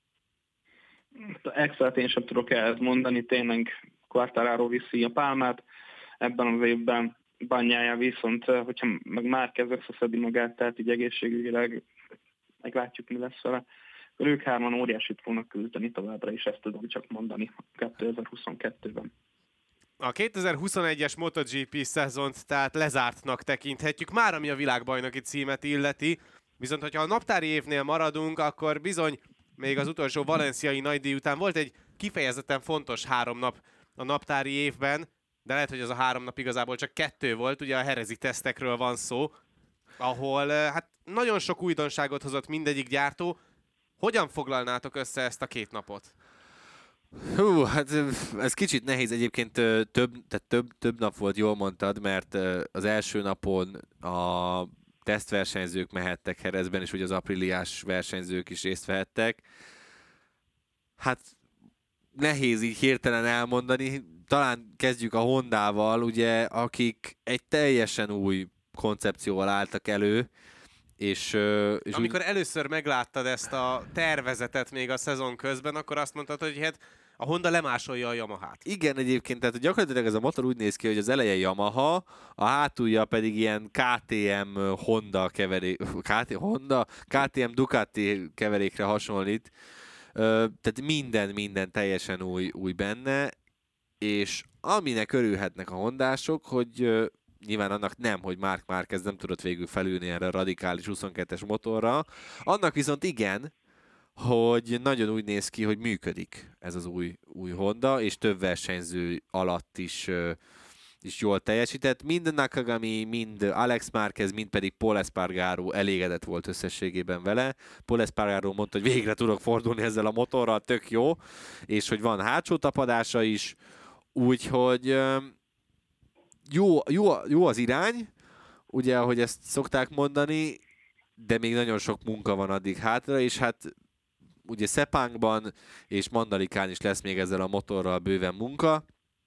Speaker 3: Extrát én sem tudok ehhez mondani, tényleg Quartararo viszi a pálmát ebben az évben, Bagnaia viszont, hogyha meg Márquez összeszedi magát, tehát így egészségügyileg meglátjuk, mi lesz vele. Ők hárman óriásit fognak küldeni továbbra is, ezt tudom csak mondani 2022-ben.
Speaker 1: A 2021-es MotoGP szezont tehát lezártnak tekinthetjük, már ami a világbajnoki címet illeti, viszont hogyha a naptári évnél maradunk, akkor bizony még az utolsó valenciai nagydíj után volt egy kifejezetten fontos 3 nap a naptári évben, de lehet, hogy az a 3 nap igazából csak 2 volt, ugye a herezi tesztekről van szó, ahol hát nagyon sok újdonságot hozott mindegyik gyártó. Hogyan foglalnátok össze ezt a 2 napot?
Speaker 2: Hú, hát ez kicsit nehéz egyébként, több nap volt, jól mondtad, mert az első napon a tesztversenyzők mehettek Jerezben, és ugye az apríliás versenyzők is részt vehettek. Hát nehéz így hirtelen elmondani, talán kezdjük a Hondával, ugye, akik egy teljesen új koncepcióval álltak elő, és
Speaker 1: amikor először megláttad ezt a tervezetet még a szezon közben, akkor azt mondtad, hogy hát a Honda lemásolja a Yamahát.
Speaker 2: Igen, egyébként, tehát gyakorlatilag ez a motor úgy néz ki, hogy az eleje Yamaha, a hátulja pedig ilyen KTM Honda keverék, KTM Ducati keverékre hasonlít. Tehát minden teljesen új benne, és aminek örülhetnek a hondások, hogy nyilván annak nem, hogy Marc Márquez nem tudott végül felülni erre a radikális 22-es motorra, annak viszont igen, hogy nagyon úgy néz ki, hogy működik ez az új Honda, és több versenyző alatt is jól teljesített. Mind Nakagami, mind Alex Márquez, mind pedig Pol Espargaró elégedett volt összességében vele. Pol Espargaró mondta, hogy végre tudok fordulni ezzel a motorral, tök jó, és hogy van hátsó tapadása is, úgyhogy jó az irány, ugye, ahogy ezt szokták mondani, de még nagyon sok munka van addig hátra, és hát ugye Sepangban és Mandalikán is lesz még ezzel a motorral bőven munka,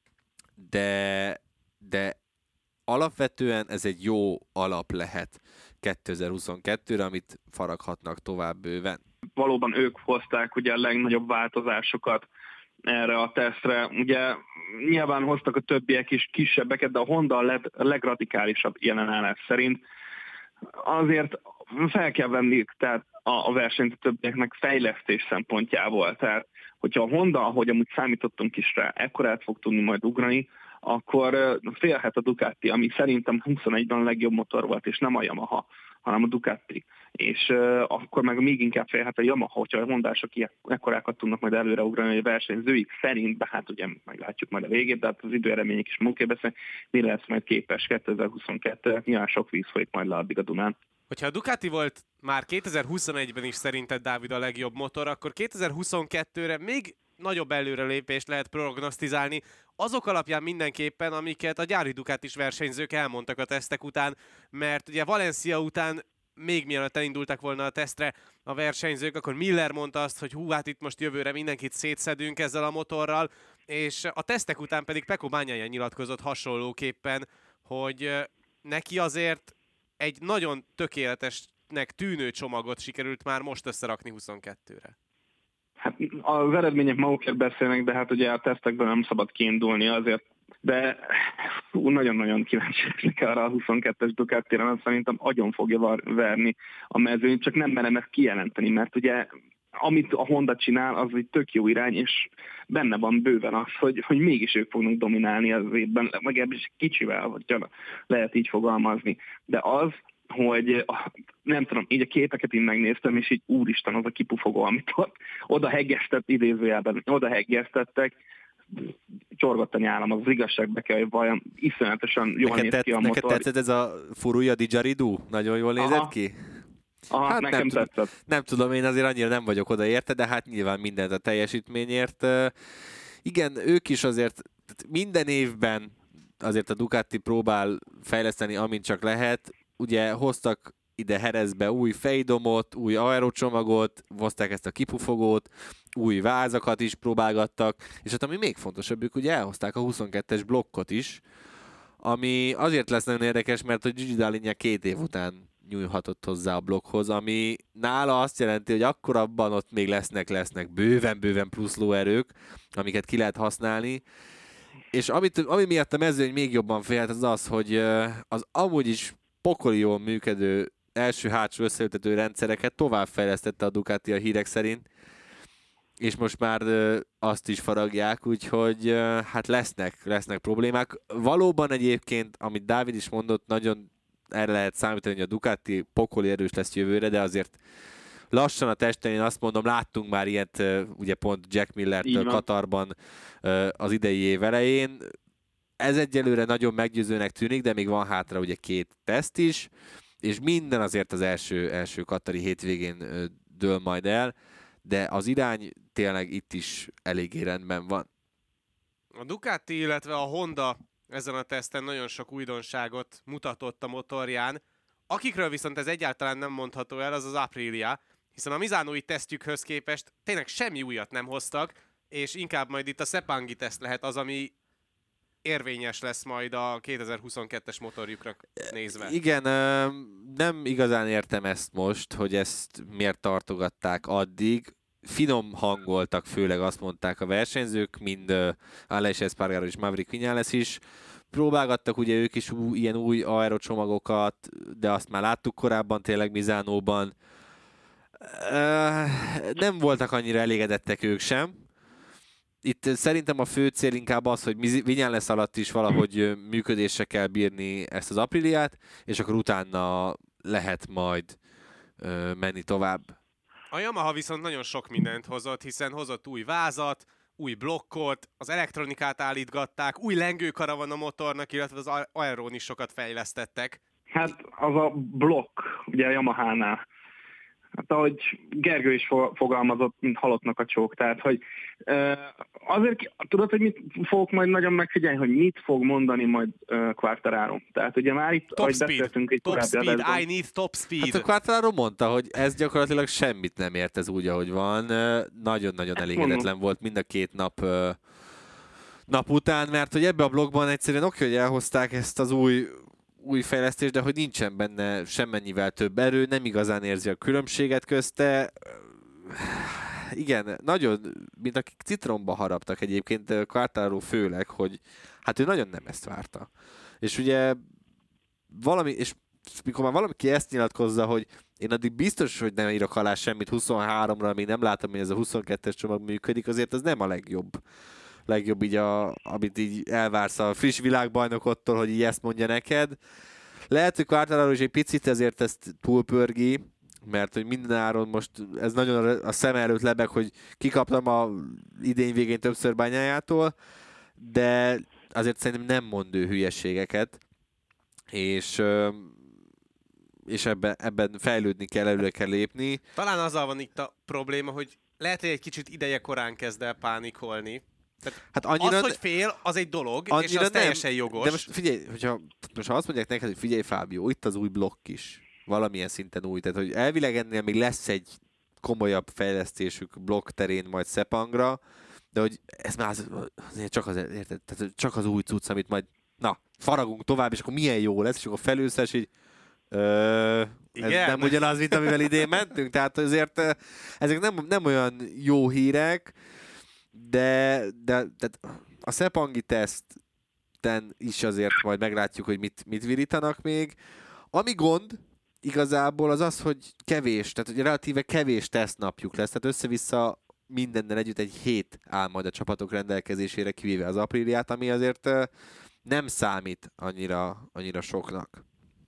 Speaker 2: de alapvetően ez egy jó alap lehet 2022-re, amit faraghatnak tovább bőven.
Speaker 3: Valóban ők hozták ugye a legnagyobb változásokat erre a tesztre. Ugye nyilván hoztak a többiek is kisebbeket, de a Honda a legradikálisabb jelenállás szerint. Azért fel kell venni tehát a versenyt a többieknek fejlesztés szempontjából. Tehát, hogyha a Honda, ahogy amúgy számítottunk is rá, ekkorát fog tudni majd ugrani, akkor félhet a Ducati, ami szerintem 21-ben a legjobb motor volt, és nem a Yamaha, hanem a Ducati. És akkor meg még inkább félhet a Yamaha, hogyha a hondások ekkorákat tudnak majd előreugrani a versenyzőik szerint, de hát ugye meglátjuk majd a végét, de hát az időeredmények is munkába beszélni, mi lesz majd képes 2022-re, nyilván sok víz folyik majd le addig a Dunán.
Speaker 1: Hogyha a Ducati volt már 2021-ben is szerinted, Dávid, a legjobb motor, akkor 2022-re még nagyobb előrelépést lehet prognosztizálni, azok alapján mindenképpen, amiket a gyári Ducatis versenyzők elmondtak a tesztek után, mert ugye Valencia után még mielőtt elindultak volna a tesztre a versenyzők, akkor Miller mondta azt, hogy hát itt most jövőre mindenkit szétszedünk ezzel a motorral, és a tesztek után pedig Pecco Bagnaia nyilatkozott hasonlóképpen, hogy neki azért egy nagyon tökéletesnek tűnő csomagot sikerült már most összerakni 22-re.
Speaker 3: Hát az eredmények magukért beszélnek, de hát ugye a tesztekben nem szabad kiindulni azért, de nagyon-nagyon kíváncsi leszek arra a 22-es Ducatira, mert szerintem agyon fogja verni a mezőnyt, csak nem merem ezt kijelenteni, mert ugye amit a Honda csinál, az egy tök jó irány, és benne van bőven az, hogy mégis ők fognak dominálni az évben, legalábbis kicsivel, vagy lehet így fogalmazni. De az, hogy nem tudom, így a képeket én megnéztem, és így úristen, az a kipufogó, amit oda heggesztett, idézőjelben oda heggesztettek, csorgott a nyálam, az igazságbe kell, hogy vajon iszonyatosan jól néz ki a motor.
Speaker 2: Neked tetszett ez a Furuya Di Giaridu? Nagyon jól nézett ki?
Speaker 3: Aha, hát nekem tetszett.
Speaker 2: Nem tudom, én azért annyira nem vagyok oda érte, de hát nyilván mindent a teljesítményért. Igen, ők is azért minden évben azért a Ducati próbál fejleszteni, amint csak lehet. Ugye hoztak ide Jerezbe új fejdomot, új aerocsomagot, hozták ezt a kipufogót, új vázakat is próbálgattak, és hát ami még fontosabb, ők ugye elhozták a 22-es blokkot is, ami azért lesz nagyon érdekes, mert a Gigi Dall'Igna 2 év után nyúlhatott hozzá a blokkhoz, ami nála azt jelenti, hogy akkor abban ott még lesznek bőven plusz lóerők, amiket ki lehet használni, és ami miatt a mezőny még jobban félhet, az az, hogy az amúgy is pokoli jól működő első-hátsó összeültető rendszereket továbbfejlesztette a Ducati a hírek szerint, és most már azt is faragják, úgyhogy hát lesznek problémák. Valóban egyébként, amit Dávid is mondott, nagyon erre lehet számítani, hogy a Ducati pokoli erős lesz jövőre, de azért lassan a testen, én azt mondom, láttunk már ilyet, ugye pont Jack Millertől Katarban az idei év elején. Ez egyelőre nagyon meggyőzőnek tűnik, de még van hátra ugye 2 teszt is, és minden azért az első katari hétvégén dől majd el, de az irány tényleg itt is eléggé rendben van.
Speaker 1: A Ducati, illetve a Honda ezen a teszten nagyon sok újdonságot mutatott a motorján. Akikről viszont ez egyáltalán nem mondható el, az az Aprilia, hiszen a Misánói tesztjükhöz képest tényleg semmi újat nem hoztak, és inkább majd itt a Sepangi teszt lehet az, ami érvényes lesz majd a 2022-es motorjukra nézve.
Speaker 2: Igen, nem igazán értem ezt most, hogy ezt miért tartogatták addig. Finom hangoltak, főleg azt mondták a versenyzők, mind Aleix Espargaro és Maverick Viñales is. Próbálgattak ugye ők is ilyen új aerocsomagokat, de azt már láttuk korábban tényleg Misánóban. Nem voltak annyira elégedettek ők sem. Itt szerintem a fő cél inkább az, hogy Viñales alatt is valahogy működésre kell bírni ezt az Apriliát, és akkor utána lehet majd menni tovább.
Speaker 1: A Yamaha viszont nagyon sok mindent hozott, hiszen hozott új vázat, új blokkot, az elektronikát állítgatták, új lengőkara van a motornak, illetve az aerón is sokat fejlesztettek.
Speaker 3: Hát az a blokk, ugye a Yamahánál. Hát ahogy Gergő is fogalmazott, mint halottnak a csók. Tehát, hogy azért tudod, hogy mit fogok majd nagyon megfigyelni, hogy mit fog mondani majd Quartararo. Tehát ugye már itt, ahogy beszéltünk egy
Speaker 1: top speed,
Speaker 3: adásban.
Speaker 1: I need top speed.
Speaker 2: Hát a Quartararo mondta, hogy ez gyakorlatilag semmit nem ért ez úgy, ahogy van. Nagyon-nagyon elégedetlen volt mind a 2 nap után, mert hogy ebbe a blogban egyszerűen hogy elhozták ezt az új fejlesztés, de hogy nincsen benne semmennyivel több erő, nem igazán érzi a különbséget közte. Igen, nagyon, mint akik citromba haraptak egyébként, Quartararo főleg, hogy hát ő nagyon nem ezt várta. És ugye és mikor már valaki ezt nyilatkozza, hogy én addig biztos, hogy nem írok alá semmit 23-ra, amíg nem látom, hogy ez a 22-es csomag működik, azért ez nem a legjobb így, amit így elvársz a friss világbajnokottól, hogy így ezt mondja neked. Lehet, hogy Quartararo is egy picit ezért ezt túlpörgi, mert hogy mindenáron most ez nagyon a szem előtt lebeg, hogy kikaptam a idény végén többször Bányájától, de azért szerintem nem mond ő hülyeségeket, és ebben fejlődni kell, előre kell lépni.
Speaker 1: Talán azzal van itt a probléma, hogy lehet, hogy egy kicsit ideje korán kezd el pánikolni. Tehát hát annyira, az, hogy fél, az egy dolog, és az teljesen jogos.
Speaker 2: De most figyelj, ha azt mondják neked, hogy figyelj Fábio, itt az új blokk is. Valamilyen szinten új. Tehát, hogy elvileg ennél még lesz egy komolyabb fejlesztésük blokk terén majd Sepangra, de hogy ez már érted? Tehát csak az új cucc, amit majd faragunk tovább, és akkor milyen jó lesz, és akkor felülsz, és így ez nem ugyanaz, mint amivel idén mentünk, tehát azért ezek nem olyan jó hírek, de a Sepangi teszten is azért majd meglátjuk, hogy mit virítanak még. Ami gond igazából az, hogy kevés, tehát hogy relatíve kevés tesztnapjuk lesz, tehát össze-vissza mindennel együtt egy 7 áll majd a csapatok rendelkezésére, kivéve az Apriliát, ami azért nem számít annyira soknak.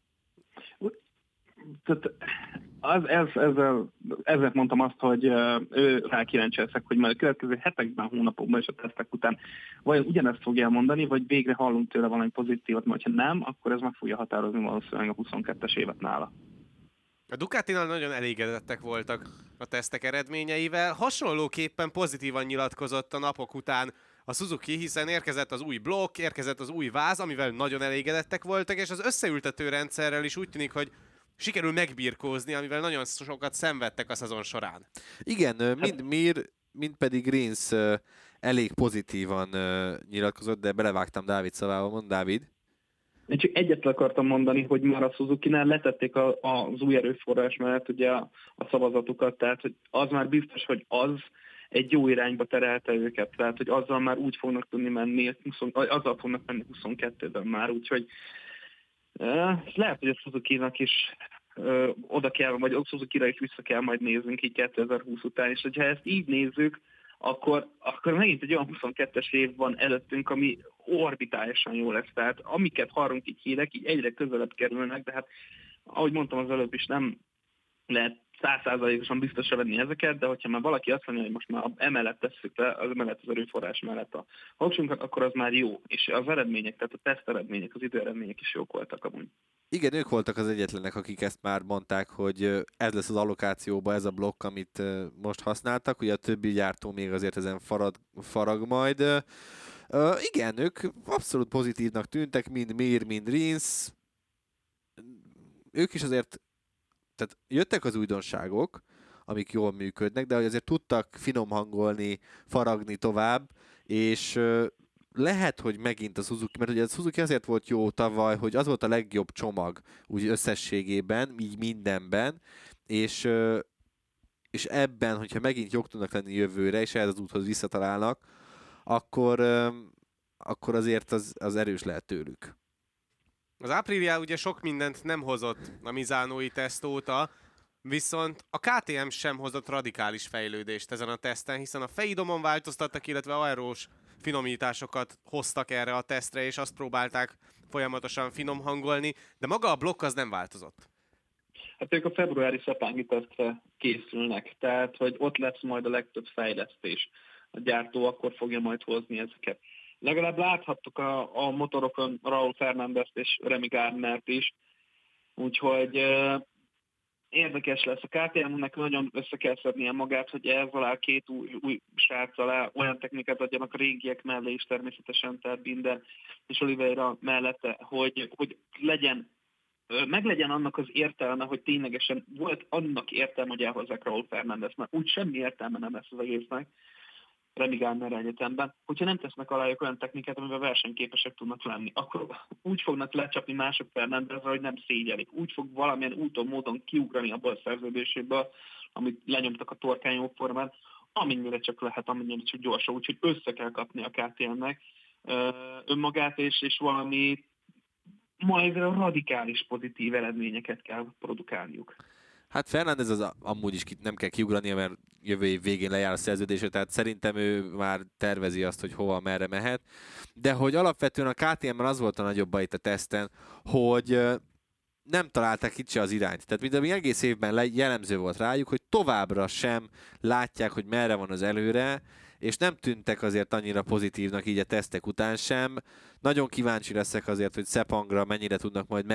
Speaker 3: Tehát ezért mondtam azt, hogy ő rá kíváncsi leszek, hogy majd a következő hetekben, hónapokban és a tesztek után vajon ugyanezt fogja mondani, vagy végre hallunk tőle valami pozitívat, mert ha nem, akkor ez meg fogja határozni valószínűleg a 22-es évet nála.
Speaker 1: A Ducatinál nagyon elégedettek voltak a tesztek eredményeivel. Hasonlóképpen pozitívan nyilatkozott a napok után a Suzuki, hiszen érkezett az új blokk, érkezett az új váz, amivel nagyon elégedettek voltak, és az összeültető rendszerrel is úgy tűnik, hogy sikerül megbirkózni, amivel nagyon sokat szenvedtek a szezon során.
Speaker 2: Igen, mind Mir, mind pedig Rins elég pozitívan nyilatkozott, de belevágtam Dávid szavába. Mond, Dávid?
Speaker 3: Én csak egyet akartam mondani, hogy már a Suzuki-nál letették az új erőforrás mellett ugye a szavazatukat, tehát hogy az már biztos, hogy az egy jó irányba terelte őket, tehát hogy azzal már úgy fognak tudni menni, azzal fognak menni 22-ben már, úgyhogy lehet, hogy a Suzuki-nak is oda kell, vagy a Suzuki-ra is vissza kell majd néznünk így 2020 után, és hogyha ezt így nézzük, akkor megint egy olyan 22-es év van előttünk, ami orbitálisan jó lesz. Tehát amiket hallunk így hírek, így egyre közelebb kerülnek, de hát ahogy mondtam az előbb is, nem lehet 100%-osan biztosra venni ezeket, de hogyha már valaki azt mondja, hogy most már emellett tesszük le, az emellett az erőforrás mellett a hangsúlyunkat, akkor az már jó. És az eredmények, tehát a teszt eredmények, az idő eredmények is jók voltak amúgy.
Speaker 2: Igen, ők voltak az egyetlenek, akik ezt már mondták, hogy ez lesz az allokációban ez a blokk, amit most használtak. Ugye a többi gyártó még azért ezen farag majd. Igen, ők abszolút pozitívnak tűntek, mind Mir, mind Rins. Ők is azért, tehát jöttek az újdonságok, amik jól működnek, de hogy azért tudtak finom hangolni, faragni tovább, és lehet, hogy megint a Suzuki, mert ugye a Suzuki azért volt jó tavaly, hogy az volt a legjobb csomag úgy összességében, így mindenben, és ebben, hogyha megint jók tudnak lenni jövőre, és ehhez az úthoz visszatalálnak, akkor azért az erős lehet tőlük.
Speaker 1: Az Aprilia ugye sok mindent nem hozott a Misánói teszt óta, viszont a KTM sem hozott radikális fejlődést ezen a teszten, hiszen a fejidomon változtattak, illetve aerós finomításokat hoztak erre a tesztre, és azt próbálták folyamatosan finom hangolni, de maga a blokk az nem változott.
Speaker 3: Hát ők a februári szapángi tesztre készülnek, tehát hogy ott lesz majd a legtöbb fejlesztés. A gyártó akkor fogja majd hozni ezeket. Legalább láthattuk a motorokon Raúl Fernández és Remy Gardnert is, úgyhogy érdekes lesz. A KTM-nek nagyon össze kell szednie magát, hogy ez alá két új srác alá olyan technikát adjanak a régiek mellé is természetesen, tehát Binder és Oliveira mellette, hogy meglegyen annak az értelme, hogy ténylegesen volt annak értelme, hogy elhozzák Raúl Fernández, mert úgy semmi értelme nem lesz az egésznek, Remy Gardner egyetemben, hogyha nem tesznek alájuk olyan technikát, amivel versenyképesek tudnak lenni, akkor úgy fognak lecsapni mások Fernándezre, hogy nem szégyelik. Úgy fog valamilyen úton, módon kiugrani abból a szerződéséből, amit lenyomtak a torkányok formán, amennyire csak lehet, amennyire csak gyorsan, úgyhogy össze kell kapni a KTM-nek önmagát, és valami majd radikális pozitív eredményeket kell produkálniuk.
Speaker 2: Hát Fernández az amúgy is nem kell kiugrania, mert jövő év végén lejár a szerződése, tehát szerintem ő már tervezi azt, hogy hova, merre mehet. De hogy alapvetően a KTM-ben az volt a nagyobb baj itt a teszten, hogy nem találták itt se az irányt. Tehát mint ami egész évben jellemző volt rájuk, hogy továbbra sem látják, hogy merre van az előre, és nem tűntek azért annyira pozitívnak így a tesztek után sem. Nagyon kíváncsi leszek azért, hogy Sepangra mennyire tudnak majd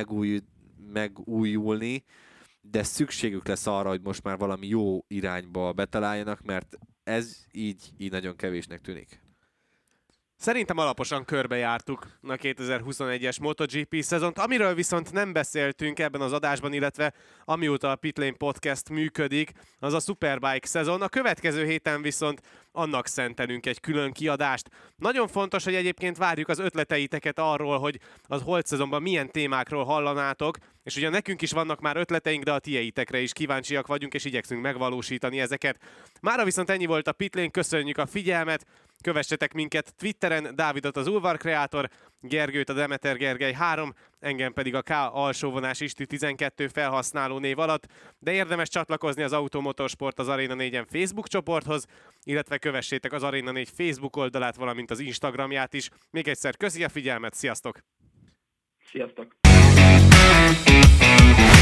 Speaker 2: megújulni, de szükségük lesz arra, hogy most már valami jó irányba betaláljanak, mert ez így nagyon kevésnek tűnik.
Speaker 1: Szerintem alaposan körbejártuk a 2021-es MotoGP szezont, amiről viszont nem beszéltünk ebben az adásban, illetve amióta a Pitlane Podcast működik, az a Superbike szezon. A következő héten viszont annak szentelünk egy külön kiadást. Nagyon fontos, hogy egyébként várjuk az ötleteiteket arról, hogy az holt szezonban milyen témákról hallanátok, és ugye nekünk is vannak már ötleteink, de a tieitekre is kíváncsiak vagyunk, és igyekszünk megvalósítani ezeket. Mára viszont ennyi volt a Pitlane, köszönjük a figyelmet, kövessetek minket Twitteren, Dávidot az Ulvar Kreator, Gergőt a Demeter Gergely 3, engem pedig a K alsóvonás Istű 12 felhasználó név alatt, de érdemes csatlakozni az Automotorsport az Arena 4-en Facebook csoporthoz, illetve kövessétek az Arena 4 Facebook oldalát, valamint az Instagramját is. Még egyszer köszi a figyelmet, sziasztok!
Speaker 3: Sziasztok!